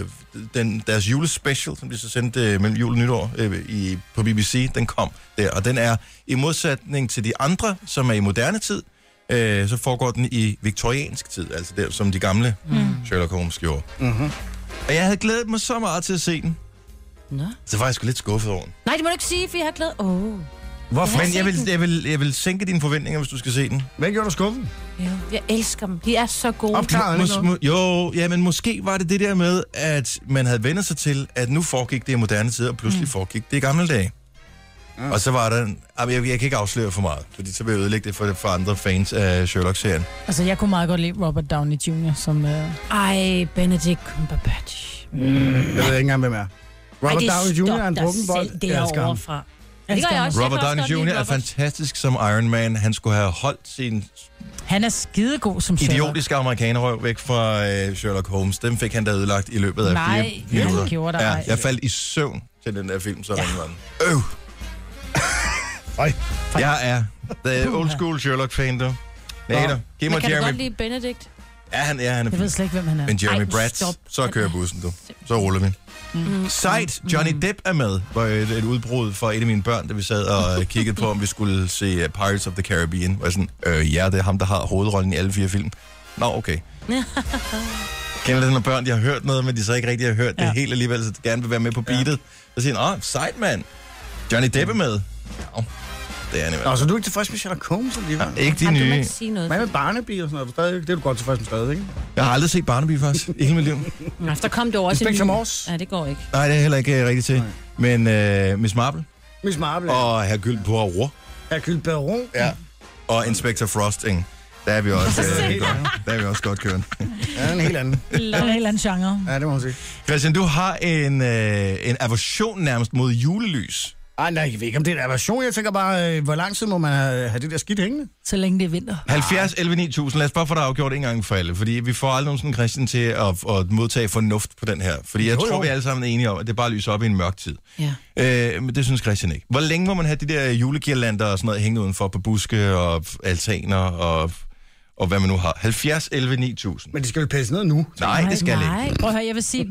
deres julespecial, som de så sendte mellem jul og nytår på BBC, den kom der, og den er i modsætning til de andre, som er i moderne tid, så foregår den i viktoriansk tid, altså der, som de gamle Sherlock Holmes gjorde. Mm-hmm. Og jeg havde glædet mig så meget til at se den. Nå. Så var jeg sgu lidt skuffet over den. Nej, det må du ikke sige, for jeg har glædet... Hvorfor? Men jeg vil sænke dine forventninger, hvis du skal se den. Hvad gjorde du skuffen? Jo, jeg elsker dem. De er så gode. Men måske var det der med, at man havde vendt sig til, at nu foregik det i moderne tider, og pludselig foregik det i gamle dage. Ja. Og så var der... Jeg kan ikke afsløre for meget, fordi så vil jeg ødelægge det for andre fans af Sherlock-serien. Altså, jeg kunne meget godt lide Robert Downey Jr. som... Benedict Cumberbatch. Jeg ved ikke engang, hvem er. Robert Downey Jr. er en drukken bold. Det er overfra. Robert Downey Jr. er fantastisk som Iron Man. Han skulle have holdt sin... Han er skidegod som Sherlock. Idiotiske amerikanerrøv væk fra Sherlock Holmes. Dem fik han da ødelagt i løbet af 4 minutter. Nej, han gjorde det. Ja, jeg faldt i søvn til den der film, så ringen var den. Jeg er the old school Sherlock-fan, du. Nader, giv mig Jeremy. Kan du godt lide Benedict? Ja, han er Jeg ved slet ikke, hvem han er. Men Jeremy Bratt, så kører bussen, du. Så ruller vi. Sejt, Johnny Depp er med, var et udbrud for et af mine børn, da vi sad og kiggede på, om vi skulle se Pirates of the Caribbean. Var sådan, ja, det er ham, der har hovedrollen i alle 4 film. Nå, okay. Kender det, når børn, de har hørt noget, men de så ikke rigtig har hørt det helt alligevel, så de gerne vil være med på beatet. Så siger han, sejt, mand. Johnny Depp er med. Ja, det er nemlig. Så du er ikke tilfreds med Sherlock Holmes alligevel? Ja, ikke de nye. Hvad med Barnaby og sådan noget? Det er du godt tilfreds med stadig, ikke? Jeg har aldrig set Barnaby faktisk i hele mit liv. Der kom det over til Inspector Morse. Ja, det går ikke. Nej, det er heller ikke rigtigt til. Men Miss Marple. Miss Marple, og Hercule Poirot. Hercule Poirot. Ja. Og Inspector Frosting. Der er vi også, godt kørt. Ja, en helt anden. En helt anden genre. Ja, det må man sige. Christian, du har en aversion nærmest mod julelys. Nej, jeg ved ikke, om det er en aversion. Jeg tænker bare, hvor lang tid må man have det der skidt hængende? Så længe det er vinter. 70, 11, 9000. Lad os bare få det afgjort en gang for alle. Fordi vi får aldrig nogensinde Christian til at modtage fornuft på den her. Fordi jeg tror, vi alle sammen er enige om, at det bare lyser op i en mørk tid. Ja. Men det synes Christian ikke. Hvor længe må man have de der julegirlander og sådan noget hængende udenfor på buske og altaner og hvad man nu har? 70, 11, 9000. Men det skal vel pælles ned nu? Nej, det skal ikke. Prøv at høre, jeg vil sige,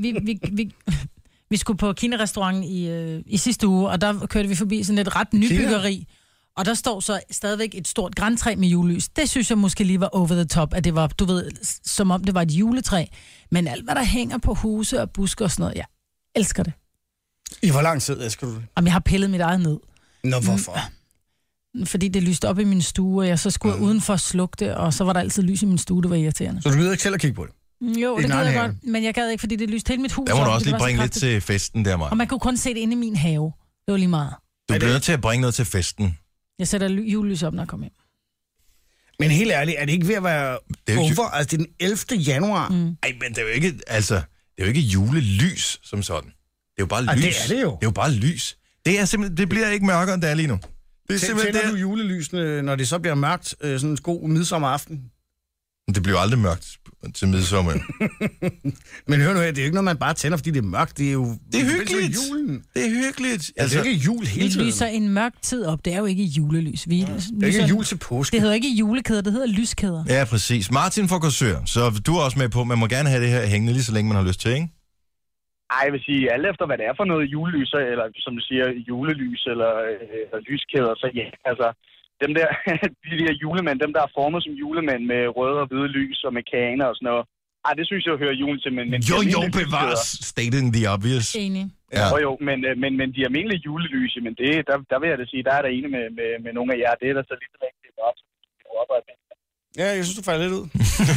vi skulle på Kina-restaurant i sidste uge, og der kørte vi forbi sådan et ret nybyggeri, og der står så stadigvæk et stort grantræ med julelys. Det synes jeg måske lige var over the top, at det var, du ved, som om det var et juletræ. Men alt, hvad der hænger på huse og buske og sådan noget, jeg elsker det. I hvor lang tid elsker du det? Jamen, jeg har pillet mit eget ned. Nå, hvorfor? Fordi det lyste op i min stue, og jeg så skulle udenfor slukke det, og så var der altid lys i min stue, det var irriterende. Så du gider ikke selv at kigge på det? Jo, det gider jeg godt, men jeg gad ikke, fordi det lyste hele mit hus. Der må du også lige bringe lidt til festen der, Maja. Og man kunne kun se det inde i min have. Det var lige meget. Du bliver nødt til at bringe noget til festen. Jeg sætter julelys op, når jeg kommer hjem. Men helt ærligt, er det ikke ved at være over? Altså, det er den 11. januar. Ej, men det er jo ikke, altså, det er jo ikke julelys som sådan. Det er jo bare lys. Det er det jo. Det er jo bare lys. Det er simpelthen, det bliver ikke mørkere, end det er lige nu. Det er simpelthen tænder du julelysene, når det så bliver mørkt, sådan en god midsommeraften? Det bliver jo aldrig mørkt til midsommer. Men hør nu her, det er jo ikke noget, man bare tænder, fordi det er mørkt. Det er jo... Det er hyggeligt. Julen. Det er hyggeligt. Altså, det er ikke jul hele tiden. Vi lyser en mørk tid op. Det er jo ikke julelys. Det er ikke jul til påske. Det hedder ikke julekæder, det hedder lyskæder. Ja, præcis. Martin fra Korsør, så du er også med på, man må gerne have det her hængende lige så længe man har lyst til, ikke? Ej, jeg vil sige, alt efter hvad det er for noget julelys, eller som du siger, julelys eller lyskæder, så ja, altså... Dem der, de der julemænd, dem der er formet som julemænd med røde og hvide lys og med kaner og sådan noget. Ej, det synes jeg hører julen til, men... Jo, bevares. Stating the obvious. Enig. Ja. Jo, men de almindelige julelys, men det, der vil jeg da sige, der er der ene med nogle af jer. Det er der så lige så længe, det er op. Ja, jeg synes, du falder lidt ud.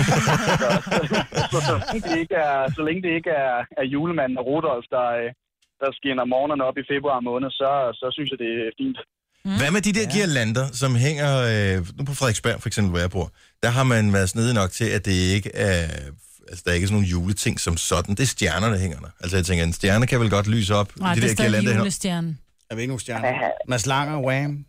Så længe det ikke er julemanden og Rudolf, der skinner morgenerne op i februar måned, så synes jeg, det er fint. Hvad med de der girlander, som hænger... nu på Frederiksberg, for eksempel, hvor jeg bor, der har man været snedig nok til, at det ikke er... Altså, der er ikke sådan nogle juleting som sådan. Det er stjerner, der hænger der. Altså, jeg tænker, en stjerne kan vel godt lyse op. Nej, de det der er stadig girlander julestjerne. Er vi ikke nogen stjerner? Mads Langer, Wham.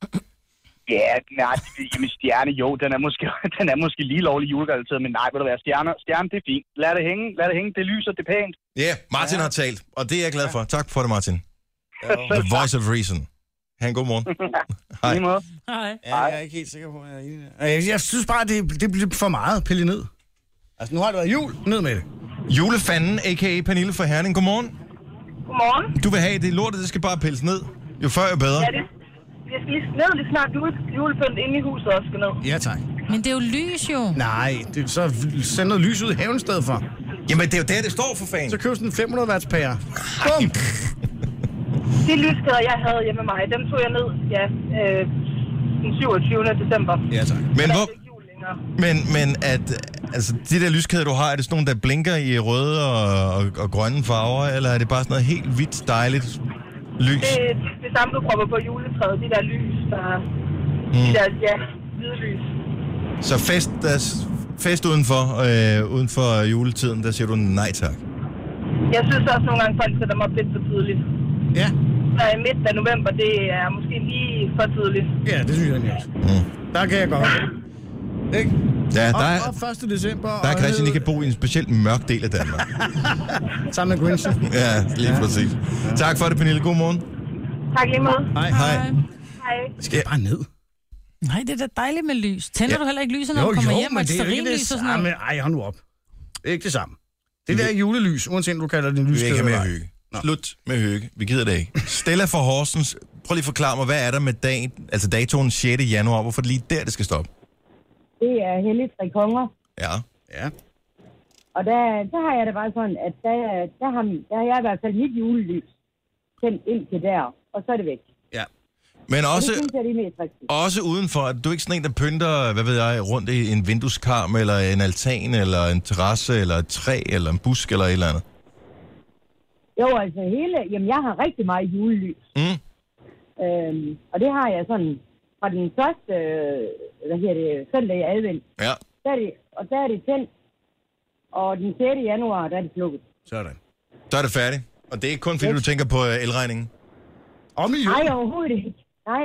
Ja, nej, jamen stjerne, jo, den er måske lige lovlig julerelateret, men nej, vil der være stjerne, det er fint. Lad det hænge, det lyser, det er pænt. Ja, Martin har talt, og det er jeg glad for. Tak for det, Martin. The voice of reason. Ha' en god morgen. Hej. Hej. Ja, jeg er ikke helt sikker på, at jeg er enig. Jeg synes bare, det bliver for meget pillet ned. Altså, nu har det været jul. Ned med det. Julefanden, a.k.a. Pernille fra Herning. Godmorgen. Godmorgen. Du vil have det lortet, det skal bare pilles ned. Jo før, jo bedre. Ja, jeg skal lige ned lige snart julepynt inde i huset også skal ned. Ja, tak. Men det er jo lys, jo. Nej, så send noget lys ud i haven i stedet for. Jamen, det er jo der, det står for fanden. Så køb sådan en 500 watts pære. Bum! De lyskæder, jeg havde hjemme med mig, dem tog jeg ned, den 27. december. Ja, tak. Men at, altså, de der lyskæder, du har, er det sådan nogle, der blinker i røde og grønne farver, eller er det bare sådan noget helt hvidt, dejligt lys? Det samme, du propper på juletræet, de der lys, de der, hvide lys. Så fest uden for juletiden, der siger du nej tak. Jeg synes også nogle gange, folk sætter mig op lidt for tidligt. Ja. Så i midten af november, det er måske lige for tidligt. Ja, det synes jeg også. Der kan jeg godt. Ikke? Ja, der er 1. december. Der er Christian, I kan bo i en specielt mørk del af Danmark. Sammen med Grinchen. Ja, lige præcis. Ja. Tak for det, Pernille. God morgen. Tak lige måde. Hej. Hej. Skal jeg bare ned? Nej, det er da dejligt med lys. Tænder du heller ikke lyset, når du kommer hjem og et stearinlys og sådan noget? Ej, hold nu op. Det er ikke det samme. Det der julelys, uanset du kalder det en lyskæde. Vi ikke have mere hygge. Slut med hygge. Vi gider det ikke. Stella fra Horsens. Prøv lige at forklare mig, hvad er der med dagen, altså datoen 6. januar? Hvorfor er det lige der, det skal stoppe? Det er hellig tre konger. Ja. Og der har jeg det bare sådan, at der har jeg i hvert fald mit julelys tændt ind til der, og så er det væk. Ja. Men også, det synes jeg, det er mest rigtigt. Også udenfor, at du er ikke sådan en, der pynter, hvad ved jeg, rundt i en vindueskarm, eller en altan, eller en terrasse, eller et træ, eller en busk, eller et eller andet. Jo, altså jamen jeg har rigtig meget julelys. Og det har jeg sådan fra den første, søndag i advent. Ja. Der er det tændt, og den 6. januar, der er det slukket. Sådan. Så er det færdigt. Og det er ikke kun, fordi du tænker på elregningen? Nej, overhovedet ikke. Nej.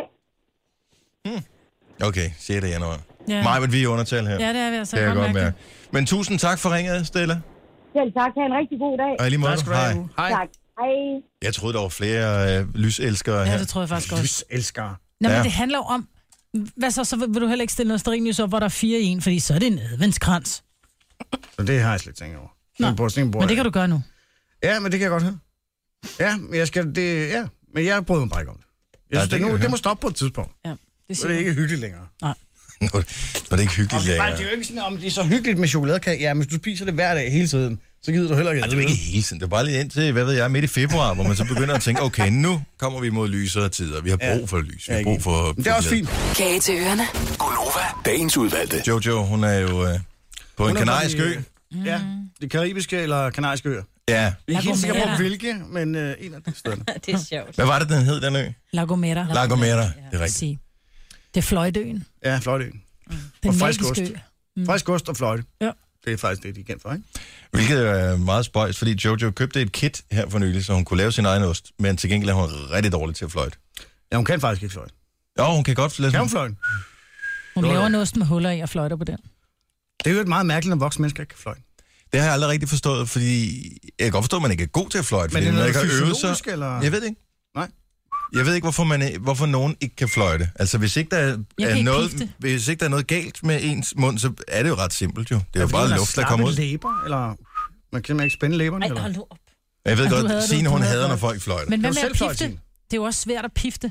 Okay, 6. januar. Ja. Maja, vi er i undertal her. Ja, det er vi altså. Det er godt mærke. Men tusind tak for ringet, Stella. Selv tak. Ha' en rigtig god dag. Og i lige måde. Hej. Tak. Hej. Jeg troede, der var flere lyselskere her. Ja, det tror jeg faktisk også. Lyselskere. Nå, men det handler jo om... Hvad så vil du heller ikke stille noget stearinlys op, hvor der er 4 i en, fordi så er det en adventskrans. Så det har jeg slet ikke tænkt over. Men det kan du gøre nu. Ja, men det kan jeg godt høre. Ja, men men jeg bryder mig bare ikke om det. Jeg synes, det må stoppe på et tidspunkt. Ja, det er ikke hyggeligt længere. Nej. Nu er det ikke hyggeligt længere. Det er jo ikke sådan, om det er så hyggeligt med chokoladekage. Ja, men hvis du spiser det hver dag hele tiden, så gider du heller ikke. Det er jo ikke hele tiden. Det er bare lige indtil, hvad ved jeg, midt i februar, hvor man så begynder at tænke, okay, nu kommer vi mod lysere tider. Vi har brug for lys. Vi har brug for... Det er også fint. Kage til ørerne. Gonova, dagens udvalgte. Jojo, hun er jo på en kanarisk ø. Ja, det karibiske eller kanariske øer. Ja. Vi er ikke helt sikre på, hvilke, men en af de steder. Det er sjovt. Hvad var det, den hed, den ø? La Gomera. La Gomera, det er rigtigt. Det er Fløjtøen. Ja, Fløjtøen. Og frisk ost. Frisk ost og fløjte. Ja. Det er faktisk det, de er kendt for, ikke? Hvilket er meget spøjs, fordi Jojo købte et kit her for nylig, så hun kunne lave sin egen ost, men til gengæld er hun rigtig dårlig til at fløjte. Ja, hun kan faktisk ikke fløjte. Jo, hun kan godt. Kan hun fløjte? Hun laver en ost med huller i og fløjter på den. Det er jo et meget mærkeligt, når voksne mennesker ikke kan fløjte. Det har jeg aldrig rigtig forstået, fordi jeg kan godt forstå, at man ikke er god til at fløjte. Men det er noget ikke fysiologisk, eller? Jeg ved det ikke. Nej. Jeg ved ikke, hvorfor nogen ikke kan fløjte. Altså, hvis ikke der er noget galt med ens mund, så er det jo ret simpelt, jo. Det er jo bare luft, der kommer ud. Læber, eller man kan simpelthen ikke spænde læberne, eller? Hold nu op. Jeg ved godt, Signe, hun hader, når folk fløjter. Men hvad med at pifte? Det er jo også svært at pifte.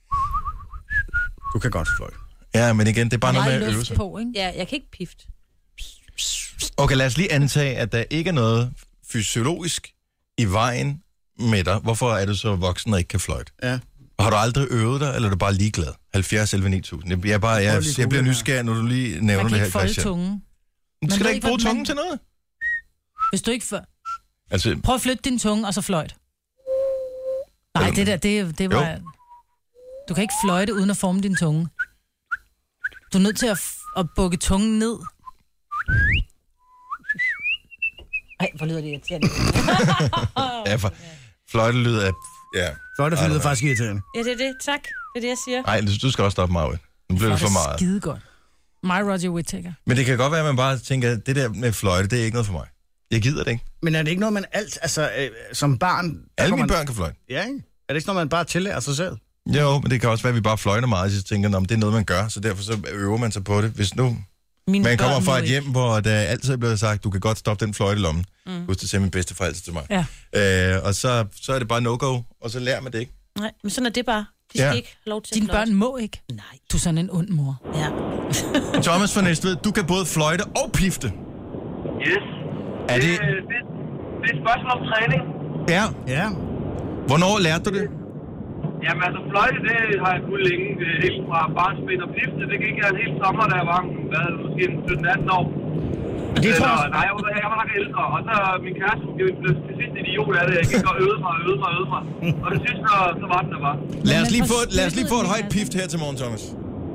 Du kan godt fløjte. Ja, men igen, det er bare noget med at øve sig. På, ikke? Ja, jeg kan ikke pifte. Okay, lad os lige antage, at der ikke er noget fysiologisk i vejen med dig. Hvorfor er du så voksen og ikke kan fløjte? Ja. Har du aldrig øvet dig, eller er du bare ligeglad? 70 11 9000. Jeg bliver nysgerrig, når du lige nævner det her, Christian. Man kan ikke folde tungen. Men skal du ikke bruge tungen til noget? Hvis du ikke prøv at flytte din tunge, og så fløjt. Nej, det var... Du kan ikke fløjte uden at forme din tunge. Du er nødt til at bukke tungen ned. Ej, hvor lyder det irriterende. Ja, for fløjtelyd er... Ja. Fløjtelyd er faktisk irriterende. Ja, det er det. Tak. Det er det, jeg siger. Nej, du skal også stoppe mig ud. Nu bliver det for meget. Skide godt. My Roger Whittaker. Men det kan godt være, at man bare tænker, at det der med fløjte, det er ikke noget for mig. Jeg gider det ikke. Men er det ikke noget, man som barn... Alle mine børn kan fløjte. Ja, ikke? Er det ikke noget, man bare tillærer sig selv? Jo, men det kan også være, at vi bare fløjter meget, så tænker, det er noget, man gør, så derfor så øver man sig på det. Hvis nu man kommer fra et hjem, hvor der altid er blevet sagt, du kan godt stoppe den fløjte i lommen. Husk det, sagde min bedstefar altid til mig. Ja. Og så er det bare no-go, og så lærer man det ikke. Nej, men sådan er det bare. De skal ikke have lov til Dine børn må ikke. Nej. Du er sådan en ond mor. Ja. Thomas fra Næstved, du kan både fløjte og pifte. Yes. Er det... Det er et spørgsmål om træning. Ja. Hvornår lærte du det? Jamen altså, fløjte, det har jeg kunnet længe. Helt fra barnsben og pifte. Det gik jeg en hel sommer, da jeg var måske 17-18 år. Nej, jeg var nok ældre. Og så min kæreste blev til sidst idiot af det. Jeg gik og øvede mig. Og til sidst, så var den der bare. Lad os lige få et højt pift her til morgen, Thomas.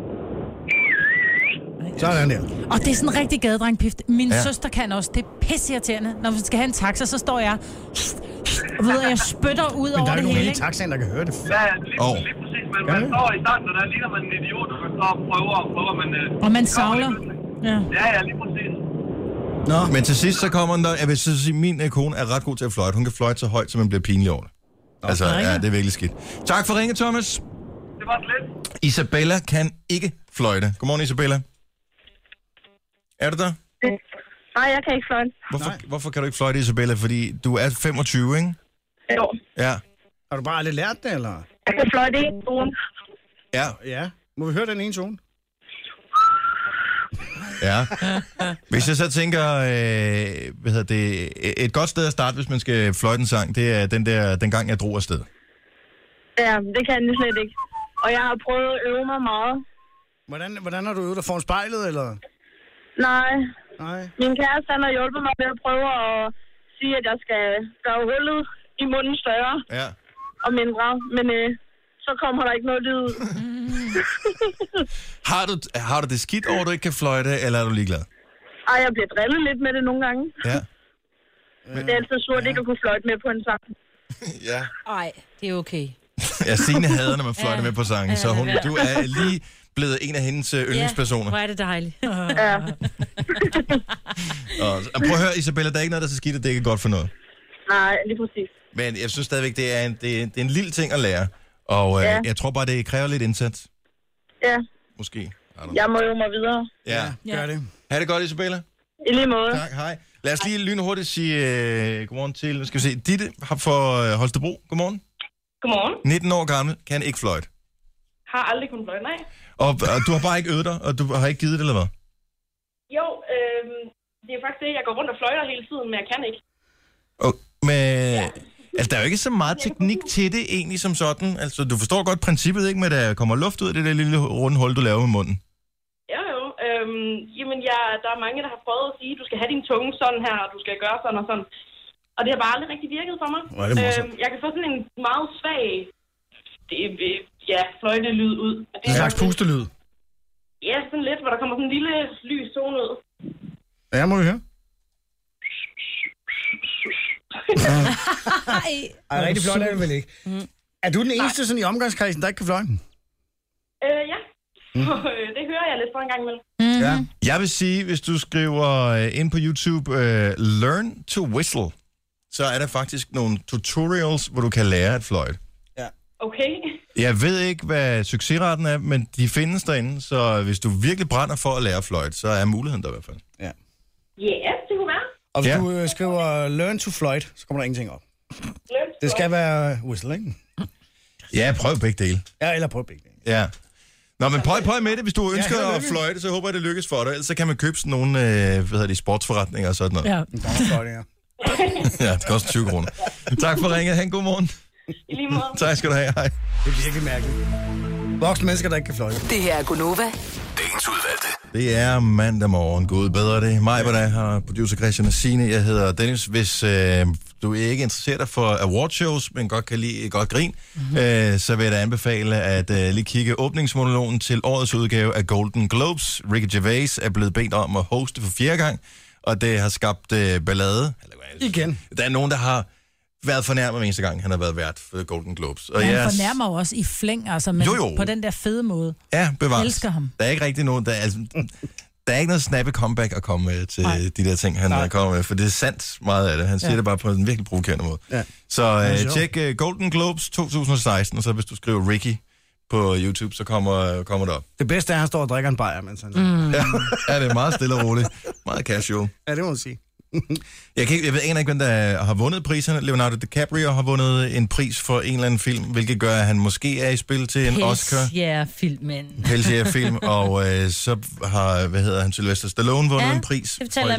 Sådan der. Og det er sådan en rigtig gadedrengpift. Min søster kan også. Det er pisseirriterende. Når vi skal have en taxa, så står jeg... jeg spytter ud over det hele. Men der er ikke nogen i taxaen, der kan høre det. Ja, lige præcis. Men man står i starten, og der ligner man en idiot, og man står og prøver, men... Og man savler. Ja, lige præcis. Nå. Men til sidst så kommer den der... Jeg vil så sige, min kone er ret god til at fløjte. Hun kan fløjte så højt, så man bliver pinlig over det. Altså, ja, det er virkelig skidt. Tak for ringe, Thomas. Det var lidt. Isabella kan ikke fløjte. Godmorgen, Isabella. Er du der? Nej, jeg kan ikke fløjte. Hvorfor kan du ikke fløjte, Isabella? Fordi du er 25, ikke? Jo. Ja. Har du bare aldrig lært det, eller? Jeg kan fløjte en tone. Ja. Må vi høre den ene tone? Ja. Hvis jeg så tænker, et godt sted at starte, hvis man skal fløjte en sang, det er den gang, jeg drog afsted. Ja, det kan jeg slet ikke. Og jeg har prøvet at øve mig meget. Hvordan har du øvet dig foran spejlet, eller? Nej. Min kæreste, han har hjulpet mig med at prøve at sige, at jeg skal gøre hullet i munden større og mindre. Men så kommer der ikke noget lyd ud. Har du det skidt over, at du ikke kan fløjte, eller er du ligeglad? Ej, jeg bliver drillet lidt med det nogle gange. Ja. Men det er altid surt ikke at kunne fløjte med på en sang. Ja. Ej, det er okay. Ja, Signe hader, når man fløjter med på sangen, så du er lige blevet en af hendes yndlingspersoner. Hvor er det dejligt. Ja. Og prøv at høre, Isabella, der er ikke noget, der er så skidt, at det ikke er godt for noget. Nej, lige præcis. Men jeg synes stadigvæk, det er en lille ting at lære. Og jeg tror bare, det kræver lidt indsats. Ja. Måske. Jeg må øve mig videre. Ja, gør det. Ha' det godt, Isabella. I lige måde. Tak, hej. Lad os lige lynhurtigt sige godmorgen til, skal vi se, Ditte fra Holstebro. Godmorgen. Godmorgen. 19 år gammel, kan ikke fløjte. Har aldrig kunnet fløjte, nej. Og du har bare ikke øvet dig, og du har ikke givet det, eller hvad? Jo, det er faktisk det, jeg går rundt og fløjter hele tiden, men jeg kan ikke. Altså, der er jo ikke så meget teknik til det egentlig som sådan. Altså, du forstår godt princippet, ikke? Med at der kommer luft ud af det der lille runde hul, du laver med munden. Jo. Jamen, der er mange, der har prøvet at sige, at du skal have din tunge sådan her, og du skal gøre sådan og sådan. Og det har bare aldrig rigtig virket for mig. Jeg kan få sådan en meget svag fløjtelyd ud. En slags pustelyd? Ja, sådan sådan lidt, hvor der kommer sådan en lille lys tone ud. Ja, må vi høre. Ej, rigtig flot er det vel ikke. Er du den eneste sådan i omgangskredsen, der ikke kan fløjten? Ja. Det hører jeg lidt for en gang imellem. Ja. Jeg vil sige, hvis du skriver ind på YouTube, Learn to Whistle, så er der faktisk nogle tutorials, hvor du kan lære at fløjte. Ja. Okay. Jeg ved ikke, hvad succesraten er, men de findes derinde, så hvis du virkelig brænder for at lære at fløjte, så er muligheden der i hvert fald. Ja, det kunne være. Og hvis du skriver Learn to Fløjte, så kommer der ingenting op. Det skal være whistle, ikke? Ja, prøv begge dele. Ja, eller prøv begge dele. Ja. Nå, men prøv med det, hvis du ønsker at fløjte, så håber jeg, det lykkes for dig. Ellers så kan man købe sådan nogle sportsforretninger og sådan noget. Ja. Ja, det koster 20 kroner. Tak for ringet. Ha' en god morgen. I lige måde. Tak skal du have. Hej. Det er virkelig mærkeligt. Voksne mennesker, der ikke kan fløjte. Det her er Gunova. Dagens udvalgte. Det er mandag morgen. Gud bedre det. Mig, hvor der har producer Christian og Signe. Jeg hedder Dennis. Hvis du ikke interesserer dig for awardshows, men godt kan lide godt grin, så vil jeg da anbefale at lige kigge åbningsmonologen til årets udgave af Golden Globes. Ricky Gervais er blevet bedt om at hoste for 4. gang, og det har skabt ballade. Igen. Der er nogen, der har været fornærmet hver eneste gang, han har været vært for Golden Globes. Og han fornærmer jo også i flæng, altså, men jo. på den der fede måde. Ja, bevares. Jeg elsker ham. Der er ikke rigtig nogen, der er ikke noget snappe comeback at komme med til de der ting, han kommer med, for det er sandt meget af det. Han siger det bare på en virkelig provokerende måde. Ja. Så tjek Golden Globes 2016, og så hvis du skriver Ricky på YouTube, så kommer det op. Det bedste er, at han står og drikker en bajer, mens han Ja, det er meget stille og roligt. Meget casual. Ja, det må man sige. Jeg ved ikke, hvem der har vundet priserne. Leonardo DiCaprio har vundet en pris for en eller anden film, hvilket gør, at han måske er i spil til en Oscar. Filmen. Film, og så har, Sylvester Stallone vundet en pris. Det fortæller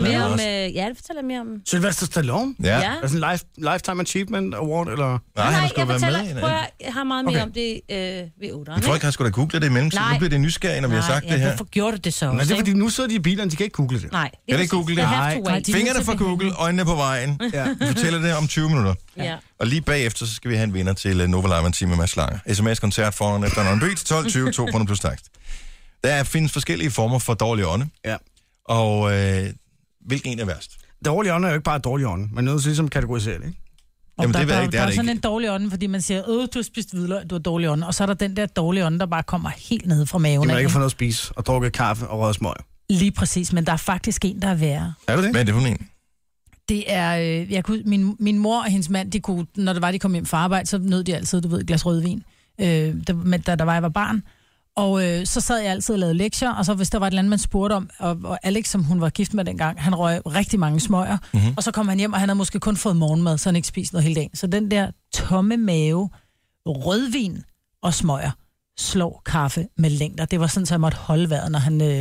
jeg mere om. Sylvester Stallone? Ja. Er det sådan en Lifetime Achievement Award, eller? Nej, han skulle være med. Jeg har meget mere om det ved 8'eren. Men folk har sgu da googlet det i mellemtiden. Nu bliver det nysgerrigt, når vi har sagt det her. Hvorfor gjorde du det så? Men det er fordi, nu sidder de i bilerne, de kan ikke google det. Nej. Kan det ikke google det? Nej. Fingrene fra Google, øjnene på vejen. Ja. Vi fortæller det om 20 minutter. Ja. Og lige bagefter, så skal vi have en vinder til Nova Live en time med Mads Langer. SMS-koncert foran efter en by til 12.20, 2 kroner plus takst. Der findes forskellige former for dårlig ånde. Ja. Og hvilken en er værst? Dårlig ånde er jo ikke bare dårlig ånde, men noget ligesom kategorisere det, ikke? Jamen, det der er sådan en dårlig ånde, fordi man siger, du har spist hvidløg, du har dårlig ånde. Og så er der den der dårlige ånde, der bare kommer helt ned fra maven. Det man ikke få noget at spise og drukke kaffe og røde smøg. Lige præcis, men der er faktisk en, der er værre. Er det det? Hvad er det for en? Det er, min mor og hendes mand, de kunne, når det var, de kom hjem fra arbejde, så nød de altid, et glas rødvin, da jeg var barn. Og så sad jeg altid og lavede lektier, og så hvis der var et eller andet, man spurgte om, og Alex, som hun var gift med dengang, han røg rigtig mange smøger, og så kom han hjem, og han havde måske kun fået morgenmad, så han ikke spiste noget hele dagen. Så den der tomme mave, rødvin og smøger, slår kaffe med længder. Det var sådan, så jeg måtte holde vejret, når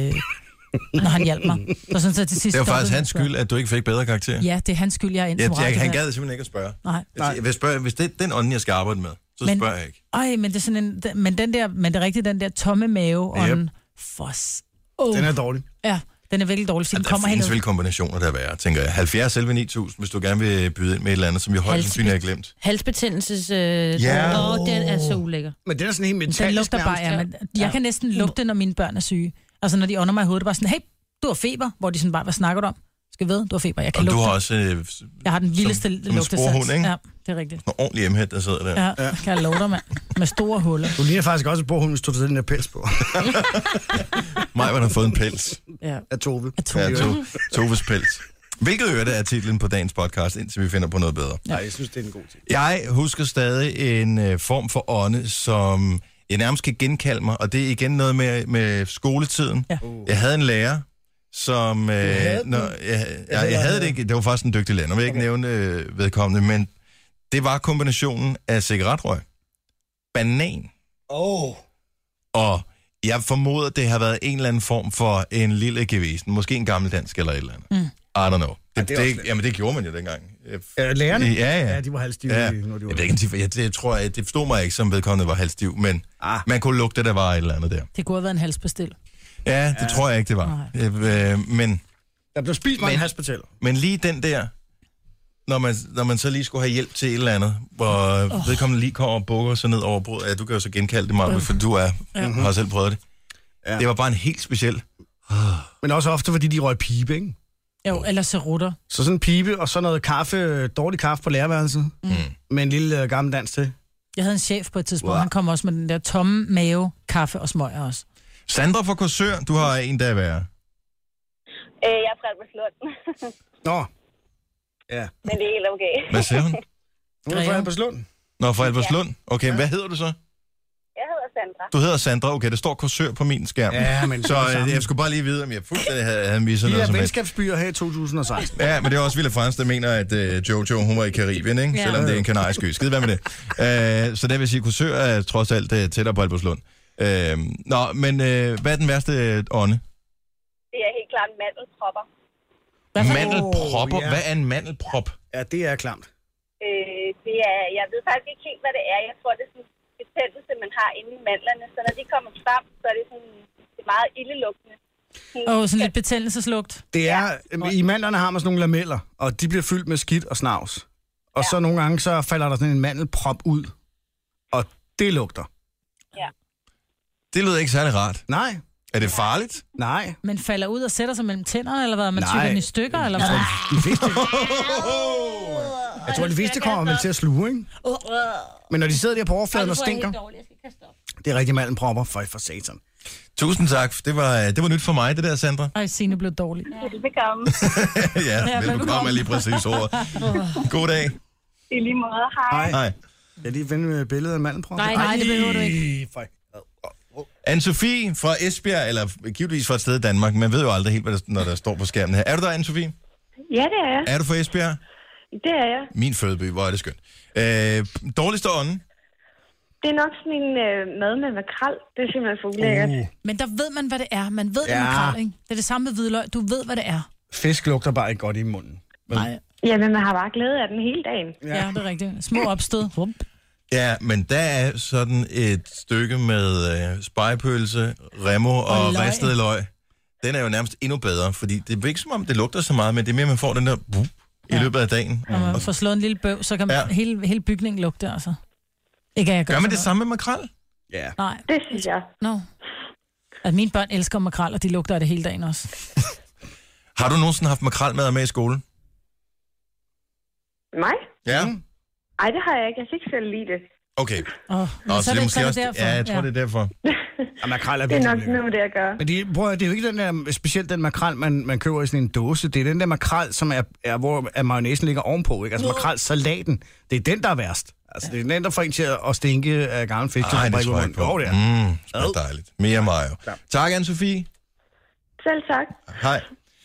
han hjalp mig. Så til sidst det var faktisk hans skyld, at du ikke fik bedre karakter. Ja, det er hans skyld, jeg er ind som han gad simpelthen ikke at spørge. Nej. Jeg vil spørge, hvis det er den ånden, jeg skal arbejde med, så spørger jeg ikke. Men det er sådan men det er rigtigt, den der tomme mave ånden. Den er dårlig. Ja, den er virkelig dårlig. Der findes vel kombinationer, der er værre, tænker jeg. 70 11 9000, hvis du gerne vil byde ind med et eller andet, som jeg højst sandsynligt har glemt. Halsbetændelses... den er så ulækker. Men den er sådan helt metallisk. Den lugter bare, men jeg kan næsten lugte, når mine børn er syge. Altså, når de ånder mig i hovedet, det var sådan, hey, du har feber, hvor de sådan bare, hvad snakker du om? Skal ved, du har feber, jeg kan lugte. Og du har også... jeg har den vildeste lugtesans. Ja, det er rigtigt. En ordentlig hjemhed, der sidder der. Ja, kan jeg love dig, mand. Med store huller. Du ligner faktisk også et sporhund, hvis du tager den der pels på. Mig var der fået en pels. Ja. Af Tove. Toves pels. Hvilket øre er titlen på dagens podcast, indtil vi finder på noget bedre. Nej, jeg synes, det er en god titel. Jeg husker stadig en form for ånde, som jeg nærmest kan genkalde mig, og det er igen noget med skoletiden. Ja. Jeg havde en lærer, som... jeg havde det ikke. Det var faktisk en dygtig lærer. Jeg vil ikke nævne vedkommende, men det var kombinationen af cigaretrøg, banan, og jeg formoder, det har været en eller anden form for en lille gevisen. Måske en gammeldansk eller et eller andet. I don't know. Jamen, det gjorde man jo dengang. Lærerne? Ja, de var halvstive. Ja. Jeg tror, at det forstod mig ikke, som vedkommende var halvstiv, men man kunne lugte, der var et eller andet der. Det kunne have været en halsbestil. Ja, det tror jeg ikke, det var. Men der blev spist mange halsbestil. Men lige den der, når man så lige skulle have hjælp til et eller andet, hvor vedkommende lige kommer og bukker sig ned over bordet. Ja, du kan jo så genkalde det, Marve, for du har selv prøvet det. Ja. Det var bare en helt speciel Men også ofte, fordi de røg pibe, ikke? Jo, eller cerutter. Så sådan en pibe, og så noget kaffe, dårlig kaffe på lærerværelset. Med en lille gammel dans til. Jeg havde en chef på et tidspunkt, han kom også med den der tomme mave, kaffe og smøger også. Sandra fra Korsør, du har en dag værre. Jeg er fra Albertslund. Nå. Ja. Men det er helt okay. Hvad siger hun? Hun er fra Albertslund. Nå, fra Albertslund. Okay, hvad hedder du så? Jeg hedder Sandra. Du hedder Sandra, okay, det står Korsør på min skærm. Ja, men så jeg skulle bare lige vide, om jeg fuldstændig havde misset noget som helst. De er venskabsbyer her i 2016. Ja, men det er også Ville Frans, der mener, at Jojo, hun var i Karibien, ikke? Ja. Selvom det er en kanarisk ø. Skide hvad med det. Så det vil sige, Korsør er trods alt tættere på Albertslund. Men hvad er den værste ånde? Det er helt klart mandelpropper. Mandelpropper? Ja. Hvad er en mandelprop? Ja, det er klamt. Det er, jeg ved faktisk ikke helt, hvad det er. Jeg tror, det er sådan en betændelse, man har inde i mandlerne. Så når de kommer frem, så er det sådan det er meget ildelugtende. Sådan lidt betændelseslugt. Det er, i mandlerne har man sådan nogle lameller, og de bliver fyldt med skidt og snavs. Og så nogle gange, så falder der sådan en mandelprop ud. Og det lugter. Ja. Det lyder ikke særlig rart. Nej. Er det farligt? Nej. Men falder ud og sætter sig mellem tænderne, eller hvad? Man tykker den i stykker, eller hvad? Jeg tror, de fleste kommer vel til at sluge, ikke? Men når de sidder der på overfladen og stinker, det er rigtig mandelpropper for satan. Tusind tak. Det var nyt for mig, det der, Sandra. Ej, Signe blev dårlig. Ja, velbekomme. Ja, velbekomme er lige præcis ordet. God dag. I lige måde. Hej. Hej. Jeg lige finde med billedet af mandelpropper. Nej, det behøver du ikke. Anne-Sophie fra Esbjerg, eller givetvis fra et sted i Danmark, men ved jo aldrig helt, når der står på skærmen her. Er du der, Anne-Sophie? Ja, det er jeg. Er du fra Esbjerg? Det er jeg. Min fødeby, hvor er det skønt. Dårligste ånden? Det er nok sådan en mad med makrel. Det er simpelthen for ulækkert. Men der ved man, hvad det er. Man ved, det er makrel, ikke? Det er det samme med hvidløg. Du ved, hvad det er. Fisk lugter bare ikke godt i munden. Nej. Ja, men man har bare glæde af den hele dagen. Ja, det er rigtigt. Små opstød. Ja, men der er sådan et stykke med spegepølse, remo og ristet løg. Den er jo nærmest endnu bedre, fordi det er ikke som om, det lugter så meget, men det er mere, man får den der i løbet af dagen. Når man får slået en lille bøv, så kan man hele bygningen lugte, altså. Ikke, jeg gør man det samme med makrel? Ja. Nej. Det synes jeg. Altså, mine børn elsker makrel, og de lugter af det hele dagen også. Har du nogensinde haft makrelmad med i skole? Mig? Ja. Ej, det har jeg ikke. Jeg fik selv lide det. Okay. Så det er måske også derfor. Ja, jeg tror, det er derfor. Og makrel er det er nok noget med det at gøre. Men det er jo ikke den der, specielt den makrel, man køber i sådan en dåse. Det er den der makrel, som er hvor mayonnaisen ligger ovenpå. Ikke? Altså makrelsalaten. Det er den, der er værst. Altså, det er den, der får en til at stinke af gammel fisk. Nej, det tror jeg ikke på. Det er dejligt. Mere mayo. Ja. Tak, Anne-Sophie. Selv tak. Hej.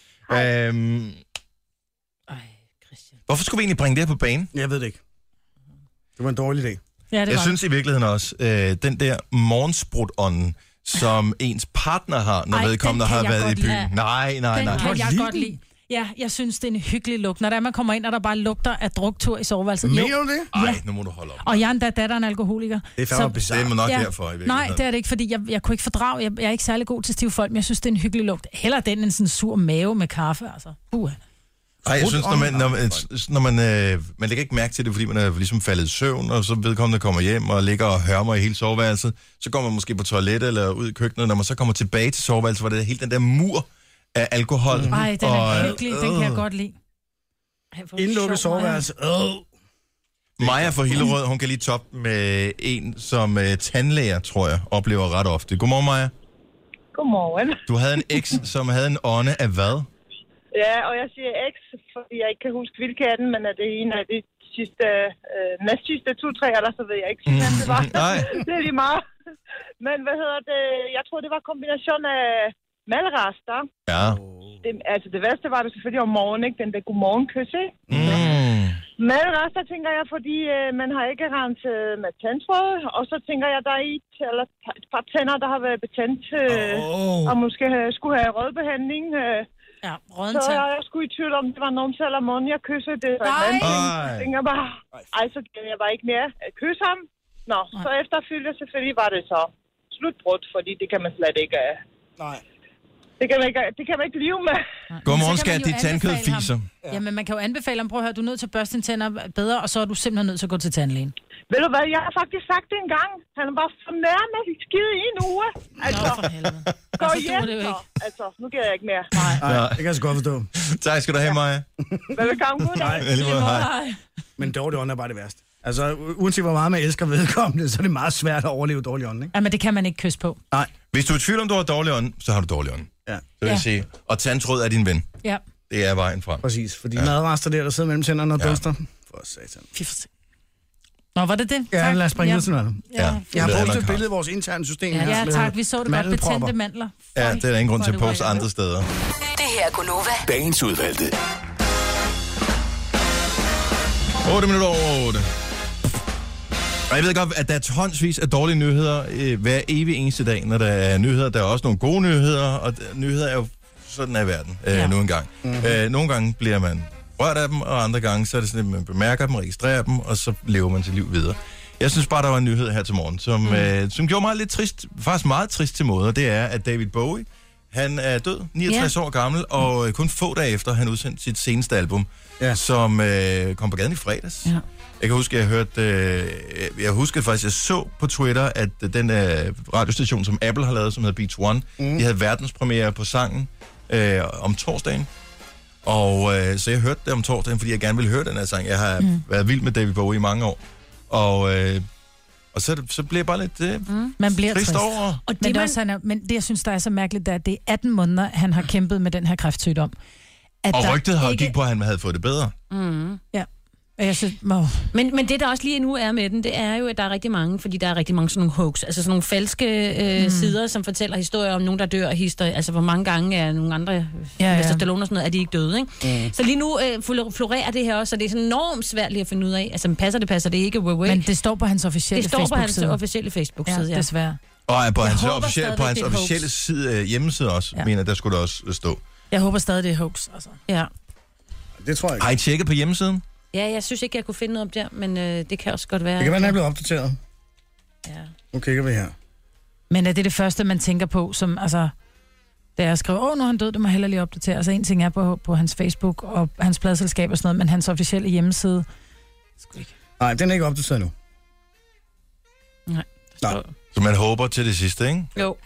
Hvorfor skulle vi egentlig bringe det her på banen? Jeg ved det ikke. Det var en dårlig idé. Ja, jeg synes i virkeligheden også, den der morgensprudt-ånden, som ens partner har, når vedkommende har været i byen. Nej. Den kan jeg godt lide. Ja, jeg synes, det er en hyggelig lugt. Når man kommer ind, og der bare lugter af druktur i soveværelset. Mener du det? Nej, nu må du holde op. Og jeg er endda datteren alkoholiker. Det er fandme bizarre. Det er nok derfor i virkeligheden. Nej, det er det ikke, fordi jeg kunne ikke fordrage. Jeg er ikke særlig god til stive folk, men jeg synes, det er en hyggelig lugt. Heller den end sådan en sur mave med kaffe, altså. Nej, jeg synes, når man lægger ikke mærke til det, fordi man er ligesom faldet i søvn, og så vedkommende kommer hjem og ligger og hørmer i hele soveværelset, så går man måske på toilettet eller ud i køkkenet, når man så kommer tilbage til soveværelset, hvor det er helt den der mur af alkohol. Nej, den er hyggelig, den kan jeg godt lide. Indlukket soveværelse. Maja fra Hillerød, hun kan lige toppe med en, som tandlæger, tror jeg, oplever ret ofte. Godmorgen, Maja. Godmorgen. Du havde en eks, som havde en ånde af hvad? Ja, og jeg siger X, fordi jeg ikke kan huske, hvilke af den, men er det en af de næstsidste 2-3 eller så ved jeg ikke, hvad det var. Det er lige meget. Men hvad hedder det? Jeg tror, det var kombination af malrester. Ja. Det værste var det selvfølgelig om morgenen, ikke? Den der godmorgenkys, ikke? Malrester tænker jeg, fordi man har ikke renset med tandtråd, og så tænker jeg, der er et par tænder, der har været betændt, og måske skulle have rødbehandling. Ja, så jeg skulle i tvivl om, det var nogen selv om morgenen, jeg kyssede det. Så jeg tænker bare, så kan jeg bare ikke mere kysse ham. Nå, så efterfølgende selvfølgelig var det så slutbrudt, fordi det kan man slet ikke... Nej. Det kan man ikke leve med. Godmorgen, skat, dit tandkød fiser. Ja, men man kan jo anbefale ham, prøv at høre, du er nødt til at børste dine tænder bedre, og så er du simpelthen nødt til at gå til tandlægen. Ved du hvad, jeg har faktisk sagt det en gang. Han var fornærmet skide i en uge. Altså, gå hjem så. Altså, nu giver jeg ikke mere. Nej, det kan jeg så godt forstå. Tak skal du have, Maja. Velkommen, goddag. Hej. Men dårlig ånd er bare det værste. Altså, uanset hvor meget man elsker vedkommende, så er det meget svært at overleve dårlig ånd, ikke? Ja, men det kan man ikke kysse på. Nej. Hvis du er i tvivl om, du har dårlig ånd, så har du dårlig ånd. Ja. Det vil sige, og tandtråd er din ven. Ja. Det er vejen frem. Præcis, for de madrester der sidder mellem tænderne og duster. For satan. Nå, var det det? Ja, lad os springe ud til noget. Ja. Jeg har postet et billede af vores interne system her. Ja, tak. Vi så det godt. Betændte mandler. Ja, det er der ingen grund til at poste andre steder. Det her er Gunova. Dagens udvalgte. 8 minutter over 8. Og jeg ved godt, at der er tonsvis af dårlige nyheder hver evig eneste dag, når der er nyheder. Der er også nogle gode nyheder, og nyheder er jo sådan af verden nu engang. Nogle gange bliver man rørt af dem, og andre gange så er det sådan, at man bemærker dem, registrerer dem, og så lever man sit liv videre. Jeg synes bare, der var en nyhed her til morgen, som gjorde mig lidt trist, faktisk meget trist til måde, og det er, at David Bowie, han er død, 69 år gammel, og kun få dage efter, han udsendte sit seneste album, som kom på gaden i fredags. Ja. Jeg kan huske, jeg husker faktisk, jeg så på Twitter, at den radiostation, som Apple har lavet, som hedder Beats One, de havde verdenspremiere på sangen om torsdagen. Og så jeg hørte det om torsdagen, fordi jeg gerne ville høre den her sang. Jeg har været vild med David Bowie i mange år. Og så bliver jeg bare lidt man bliver trist over. Og det, men det, jeg synes, der er så mærkeligt, det er 18 måneder, han har kæmpet med den her kræftsygdom. Og rygtet har gik på, at han havde fået det bedre. Ja. Jeg synes, men det, der også lige nu er med den, det er jo, at der er rigtig mange, fordi der er rigtig mange sådan nogle hoax, altså sådan nogle falske sider, som fortæller historier om nogen, der dør, og altså hvor mange gange er nogle andre, Sylvester Stallone og sådan noget, er de ikke døde, ikke? Så lige nu florerer det her også, så det er sådan enormt svært lige at finde ud af. Altså, passer det ikke? Men det står på hans officielle Facebook-side. Det står på hans officielle Facebook-side, ja. Desværre. Og på hans officielle hjemmeside også, mener der skulle det også stå. Jeg håber stadig, det er hoax, altså. Ja. Det tror jeg ikke. Har I tjekket på hjemmesiden? Ja, jeg synes ikke, jeg kunne finde noget om der, men det kan også godt være. Det kan være, den er blevet opdateret. Ja. Nu kigger vi her. Men er det første, man tænker på, som altså, da jeg skrev, nu er han død, det må heller lige opdatere. Altså en ting er på hans Facebook og hans pladselskab og sådan noget, men hans officielle hjemmeside. Nej, den er ikke opdateret nu. Nej. Så man håber til det sidste, ikke? Jo.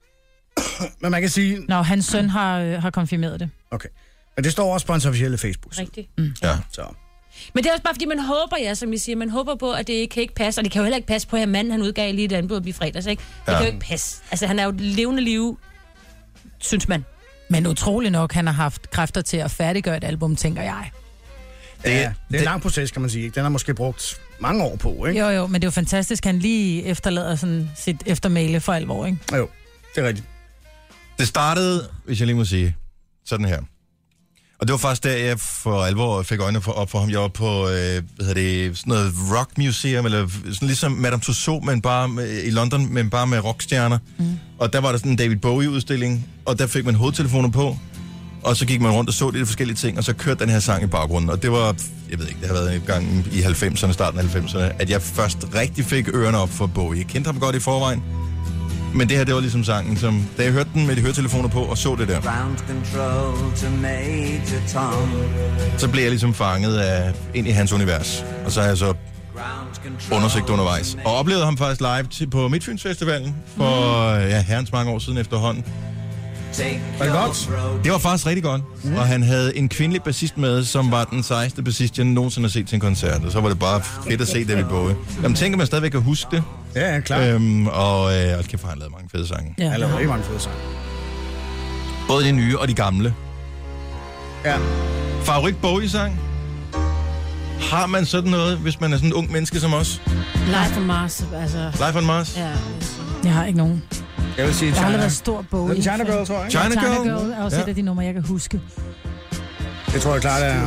Men man kan sige... Hans søn har konfirmeret det. Okay. Men det står også på hans officielle Facebook. Rigtigt. Ja. Så. Men det er også bare, fordi man håber, som I siger, man håber på, at det kan ikke passe, og det kan jo heller ikke passe på, at manden, han udgav lige et anbud i fredags, ikke? Det kan jo ikke passe. Altså, han er jo et levende liv, synes man. Men utrolig nok, han har haft kræfter til at færdiggøre et album, tænker jeg. Det er en lang proces, kan man sige. Den har måske brugt mange år på, ikke? Jo, men det er jo fantastisk, han lige efterlader sådan sit eftermæle for alvor, ikke? Jo, det er rigtigt. Det startede, hvis jeg lige må sige, sådan her. Og det var faktisk der, jeg for alvor fik øjnene op for ham. Jeg var på, sådan noget rock museum, eller sådan ligesom Madame Tussauds, men bare i London, men bare med rockstjerner. Og der var der sådan en David Bowie-udstilling, og der fik man hovedtelefoner på, og så gik man rundt og så de forskellige ting, og så kørte den her sang i baggrunden. Og det var, jeg ved ikke, det har været en gang i 90'erne, starten af 90'erne, at jeg først rigtig fik ørerne op for Bowie. Jeg kendte ham godt i forvejen. Men det her, det var ligesom sangen, som da jeg hørte den med de høretelefoner på og så det der, så blev jeg ligesom fanget ind i hans univers. Og så har jeg så undersøgt undervejs. Og oplevede ham faktisk live på Midtfyns Festivalen for herrens mange år siden efterhånden. Var det godt? Det var faktisk rigtig godt. Og han havde en kvindelig bassist med, som var den sejeste bassist, jeg nogensinde har set til en koncert. Og så var det bare fedt at se David Bowie. Jamen tænker man stadigvæk at huske det. Ja, klart. Og kæft, han lavede mange fede sange. Ja, han lavede rigtig mange fede sange. Både de nye og de gamle. Ja. Favorit Bowie-sang? Har man sådan noget, hvis man er sådan en ung menneske som os? Life on Mars, altså. Life on Mars? Ja. Jeg har ikke nogen. Jeg vil sige jeg har aldrig været stor Bowie. China Girl, tror jeg. China Girl er også et af de numre, jeg kan huske. Det tror jeg klart er...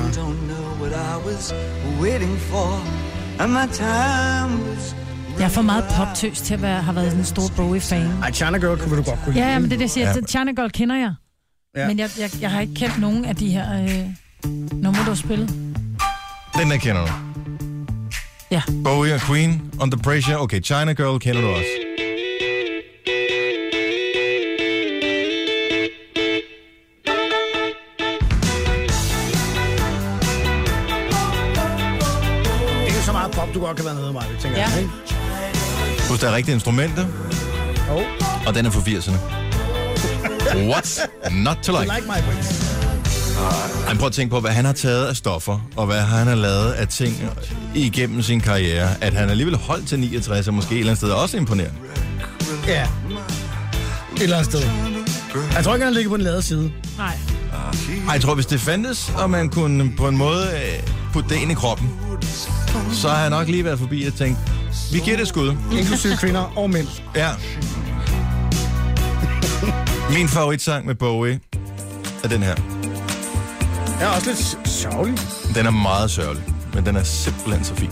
Jeg er for meget poptøs til at have været en stor Bowie-fan. Ej, China Girl kunne du godt kunne lide. Ja, men det jeg siger. China Girl kender jeg. Ja. Men jeg har ikke kendt nogen af de her numre, du har spillet. Den der kender du. Ja. Bowie og Queen, Under Pressure. Okay, China Girl kender du også. Du godt kan være noget af mig, tænker jeg. Ikke? Plus, der er rigtige instrumenter. Og den er fra 80'erne. What's not to like? Like my ways. Han prøver at tænke på, hvad han har taget af stoffer, og hvad han har lavet af ting igennem sin karriere. At han alligevel holdt til 69, og måske et eller andet sted er også imponerende. Ja. Et eller andet sted. Jeg tror ikke, han ligger på den lade side. Nej. Jeg tror, hvis det fandtes, og man kunne på en måde putte det ind i kroppen, så har jeg nok lige været forbi og tænkt, vi giver det skud. Inklusive kvinder og mænd. Ja. Min favoritsang med Bowie er den her. Jeg er også lidt sørgelig. Den er meget sørgelig, men den er simpelthen så fin.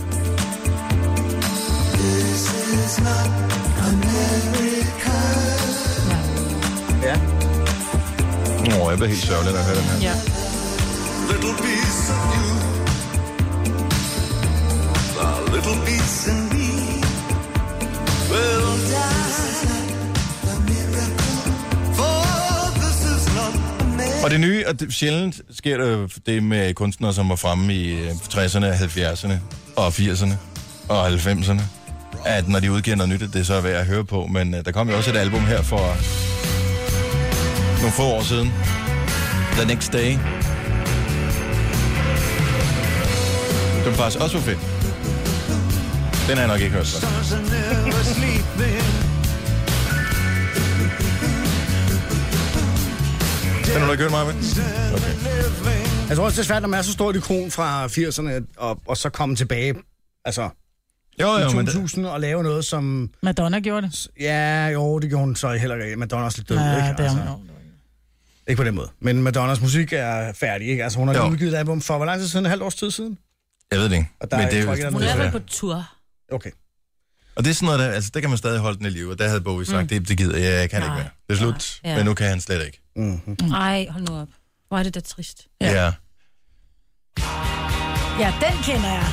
Ja. Jeg bliver helt sørgelig, når jeg hører den her. Ja. Little piece of you, a little piece in me will die. Og det nye, og sjældent sker det med kunstnere, som var fremme i 60'erne, 70'erne og 80'erne og 90'erne, at når de udgiver noget nyt, det er så værd at høre på. Men der kom jo også et album her for nogle få år siden. The Next Day. Det var faktisk også fedt. Den har jeg nok ikke hørt så. Den har du ikke hørt mig med? Okay. Jeg tror også, det er svært, når man er så stort ikon fra 80'erne, og så komme tilbage, altså i 2000 og lave noget, som... Madonna gjorde det? Ja, jo, det gjorde hun så heller ikke. Madonna er også lidt død, ja, ikke? Altså, ikke på den måde. Men Madonnas musik er færdig, ikke? Altså, hun har udgivet et album for hvor lang tid siden? Et halvt års tid siden? Jeg ved det ikke. Men det hun er vel på tur. Okay. Og det er sådan noget, der, altså, der kan man stadig holde den i live, og der havde Bowie sagt, det gider jeg kan ikke mere. Det er slut, men nu kan han slet ikke. Nej, hold nu op. Hvor er det da trist. Ja. Ja, den kender jeg.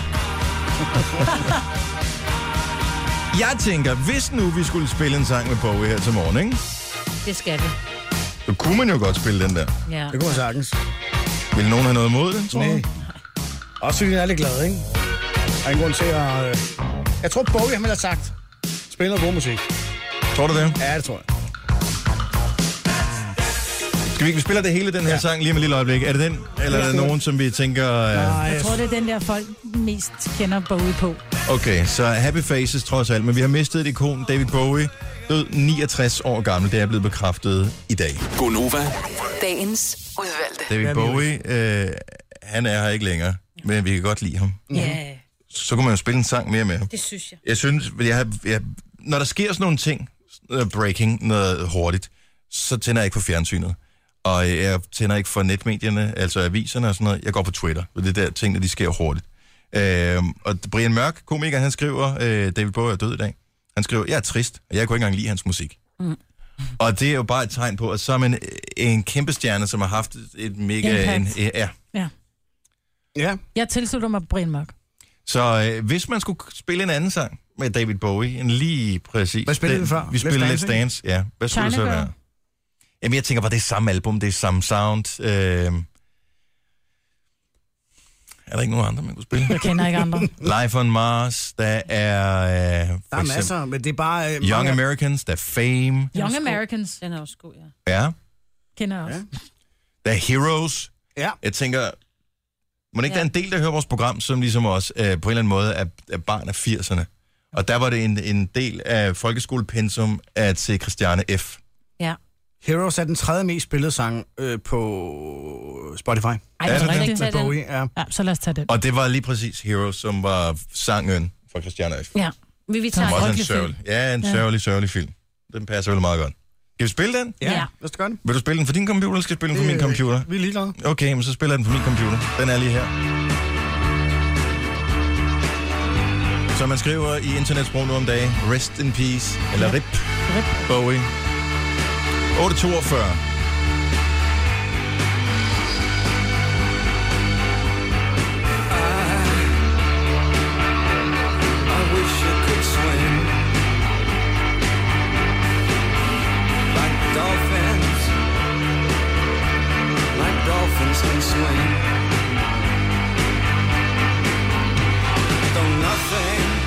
Jeg tænker, hvis nu vi skulle spille en sang med Bowie her til morgen, ikke? Det skal vi. Så kunne man jo godt spille den der. Ja. Det kunne man sagtens. Vil nogen have noget imod det, tror jeg? Også fordi jeg er lidt glad, ikke? Der er ingen grund til at... Jeg tror, Bowie han ville have sagt, spil noget god musik. Tror du det? Ja, det tror jeg. Skal vi spille det hele, den her sang, lige med et lille øjeblik? Er det den, eller er det nogen, som vi tænker... Jeg tror, det er den der, folk mest kender Bowie på. Okay, så Happy Faces trods alt, men vi har mistet et ikon, David Bowie, død 69 år gammel. Det er blevet bekræftet i dag. Gonova. Dagens udvalgte. David Bowie, han er her ikke længere, men vi kan godt lide ham. Ja. Så kunne man jo spille en sang mere med ham. Det synes jeg. Jeg synes, når der sker sådan nogle ting, breaking, noget hurtigt, så tænder jeg ikke for fjernsynet. Og jeg tænder ikke for netmedierne, altså aviserne og sådan noget. Jeg går på Twitter, og det der ting, de sker hurtigt. Og Brian Mørk, komikeren, han skriver, David Bowie er død i dag. Han skriver, jeg er trist, og jeg kunne ikke engang lide hans musik. Og det er jo bare et tegn på, at så er man en kæmpe stjerne, som har haft et mega... Ja. Jeg tilslutter mig Brian Mørk. Så hvis man skulle spille en anden sang med David Bowie, en lige præcis... Hvad spillede vi før? Vi spillede Let's Dance, ja. Hvad skulle det så være? Jamen, jeg tænker bare, det er samme album, det er samme sound. Er der ikke nogen andre, man kunne spille? Jeg kender ikke andre. Life on Mars, der er... der er masser, men det er bare... Young Americans, der er Fame. Young Americans. Den er også god, ja. Ja. Kender jeg også. Ja. Der er Heroes. Ja. Jeg tænker... Må det ikke der er en del, der hører vores program, som ligesom også på en eller anden måde er barn af 80'erne. Og der var det en del af folkeskolepensum at se Christiane F. Ja. Heroes er den tredje mest spillede sang på Spotify. Ej, det er rigtigt. Med Bowie, ja. Så lad os tage den. Og det var lige præcis Heroes, som var sangen fra Christiane F. Ja. Vi tager også en sørgelig. Ja, en sørgelig film. Den passer vel meget godt. Kan vi spille den? Ja, lad os gøre den. Vil du spille den for din computer, eller skal jeg spille den for min computer? Vi er ligeglade. Okay, men så spiller jeg den for min computer. Den er lige her. Så man skriver i internetsprog nu om dagen, rest in peace, eller RIP. Bowie. 8:42. Can swing, though nothing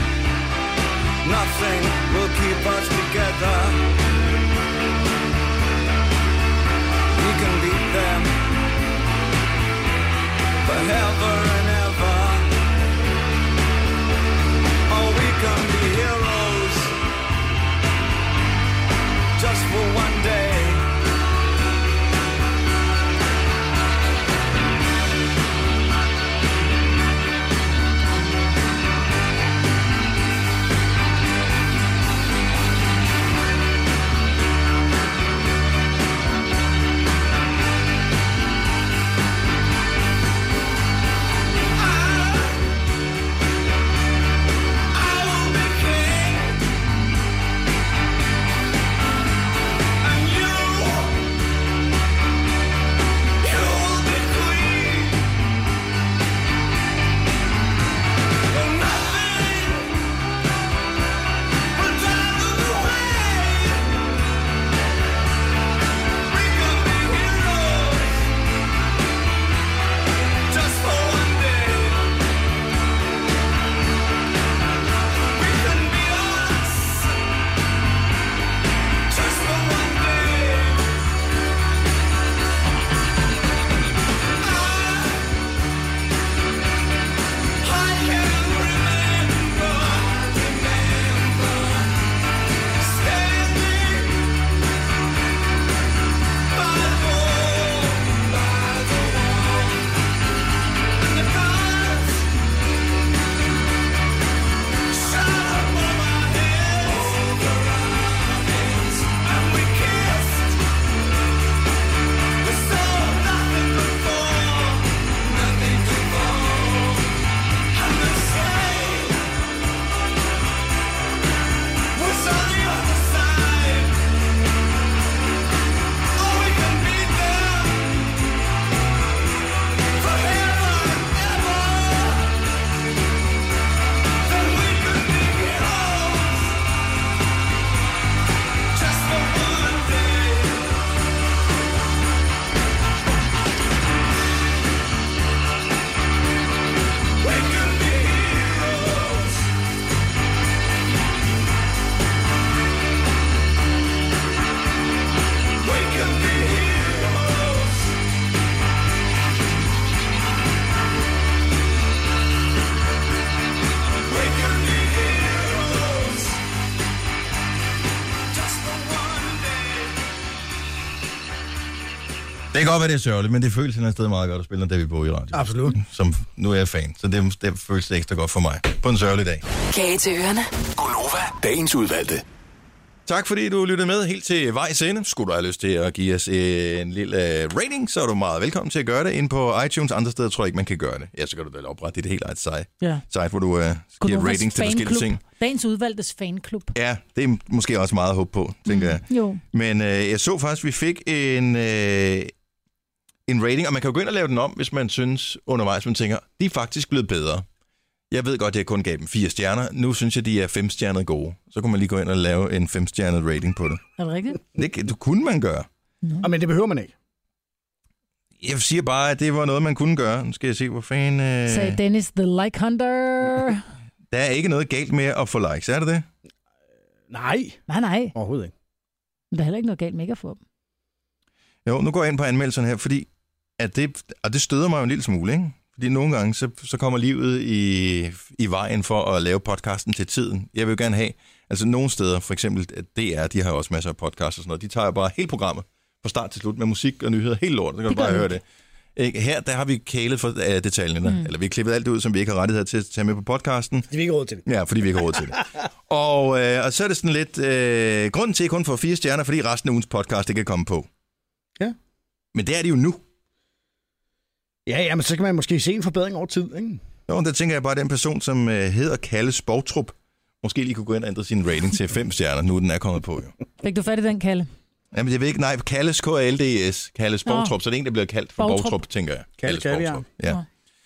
Det kan godt være, det er sørgeligt, men det føles et eller andet sted meget godt at spille, når David Bowie i radio. Absolut. Som nu er jeg fan, så det føles ekstra godt for mig. På en sørgelig dag. Kage til ørerne. Gonova, dagens udvalgte. Tak fordi du lyttede med helt til vejs ende. Skulle du have lyst til at give os en lille rating, så er du meget velkommen til at gøre det. Ind på iTunes, andre steder tror jeg ikke, man kan gøre det. Ja, så kan du da oprette dit helt eget site, hvor du giver ratings til forskellige ting. Dagens udvalgtes fanklub. Ja, det er måske også meget håb på, tænker jeg. Jo. Men jeg så faktisk, vi fik en rating, og man kan jo gå ind og lave den om, hvis man synes undervejs, man tænker, de er faktisk blevet bedre. Jeg ved godt, at jeg kun gav dem 4 stjerner. Nu synes jeg, de er 5-stjernede gode. Så kunne man lige gå ind og lave en 5-stjernet rating på det. Er det rigtigt? Det kunne man gøre. Men det behøver man ikke. Jeg siger bare, at det var noget, man kunne gøre. Nu skal jeg se, hvor fanden... Sagde Dennis the Like Hunter. Der er ikke noget galt med at få likes, er det det? Nej. Nej. Overhovedet ikke. Men der er heller ikke noget galt med ikke at få dem. Jo, nu går jeg ind på anmeldelserne her, fordi at det støder mig jo en lille smule, ikke? Fordi nogle gange, så kommer livet i vejen for at lave podcasten til tiden. Jeg vil jo gerne have, altså nogle steder, for eksempel DR, de har også masser af podcasts og sådan noget, de tager bare hele programmet fra start til slut med musik og nyheder, helt lort, så kan du bare høre det. Her, der har vi kælet for detaljerne, eller vi har klippet alt ud, som vi ikke har rettighed til at tage med på podcasten. Fordi vi ikke har råd til det. Ja, fordi vi ikke har råd til det. Og så er det sådan lidt, grunden til, at jeg kun får 4 stjerner, fordi resten af ugens podcast ikke kan komme på. Ja. Men det er det jo nu. Ja, men så kan man måske se en forbedring over tid, ikke? Jo, der tænker jeg bare, at den person, som hedder Kalle Spovtrup, måske lige kunne gå ind og ændre sin rating til 5 stjerner, nu den er kommet på, jo. Fik du fat i den, Kalle? Jamen, jeg ved ikke, nej, Kalles K-A-L-D-E-S, Kalle Spovtrup, så det er en, der bliver kaldt for Spovtrup, tænker jeg. Kalle Spovtrup. Ja.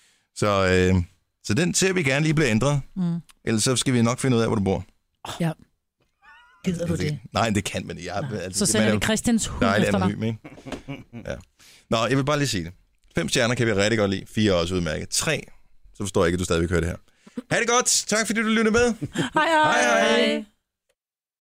Så den ser vi gerne lige blive ændret. Ellers så skal vi nok finde ud af, hvor du bor. Ja. Gider du det? Nej, det kan man ikke. Så sender vi Christians hund efter dig. Ja. Nå, jeg vil bare lige sige det. 5 stjerner kan vi rigtig godt lide. 4 er også udmærket. 3, så forstår jeg ikke, at du stadigvæk hører det her. Ha' det godt. Tak fordi du lyttede med. Hej hej.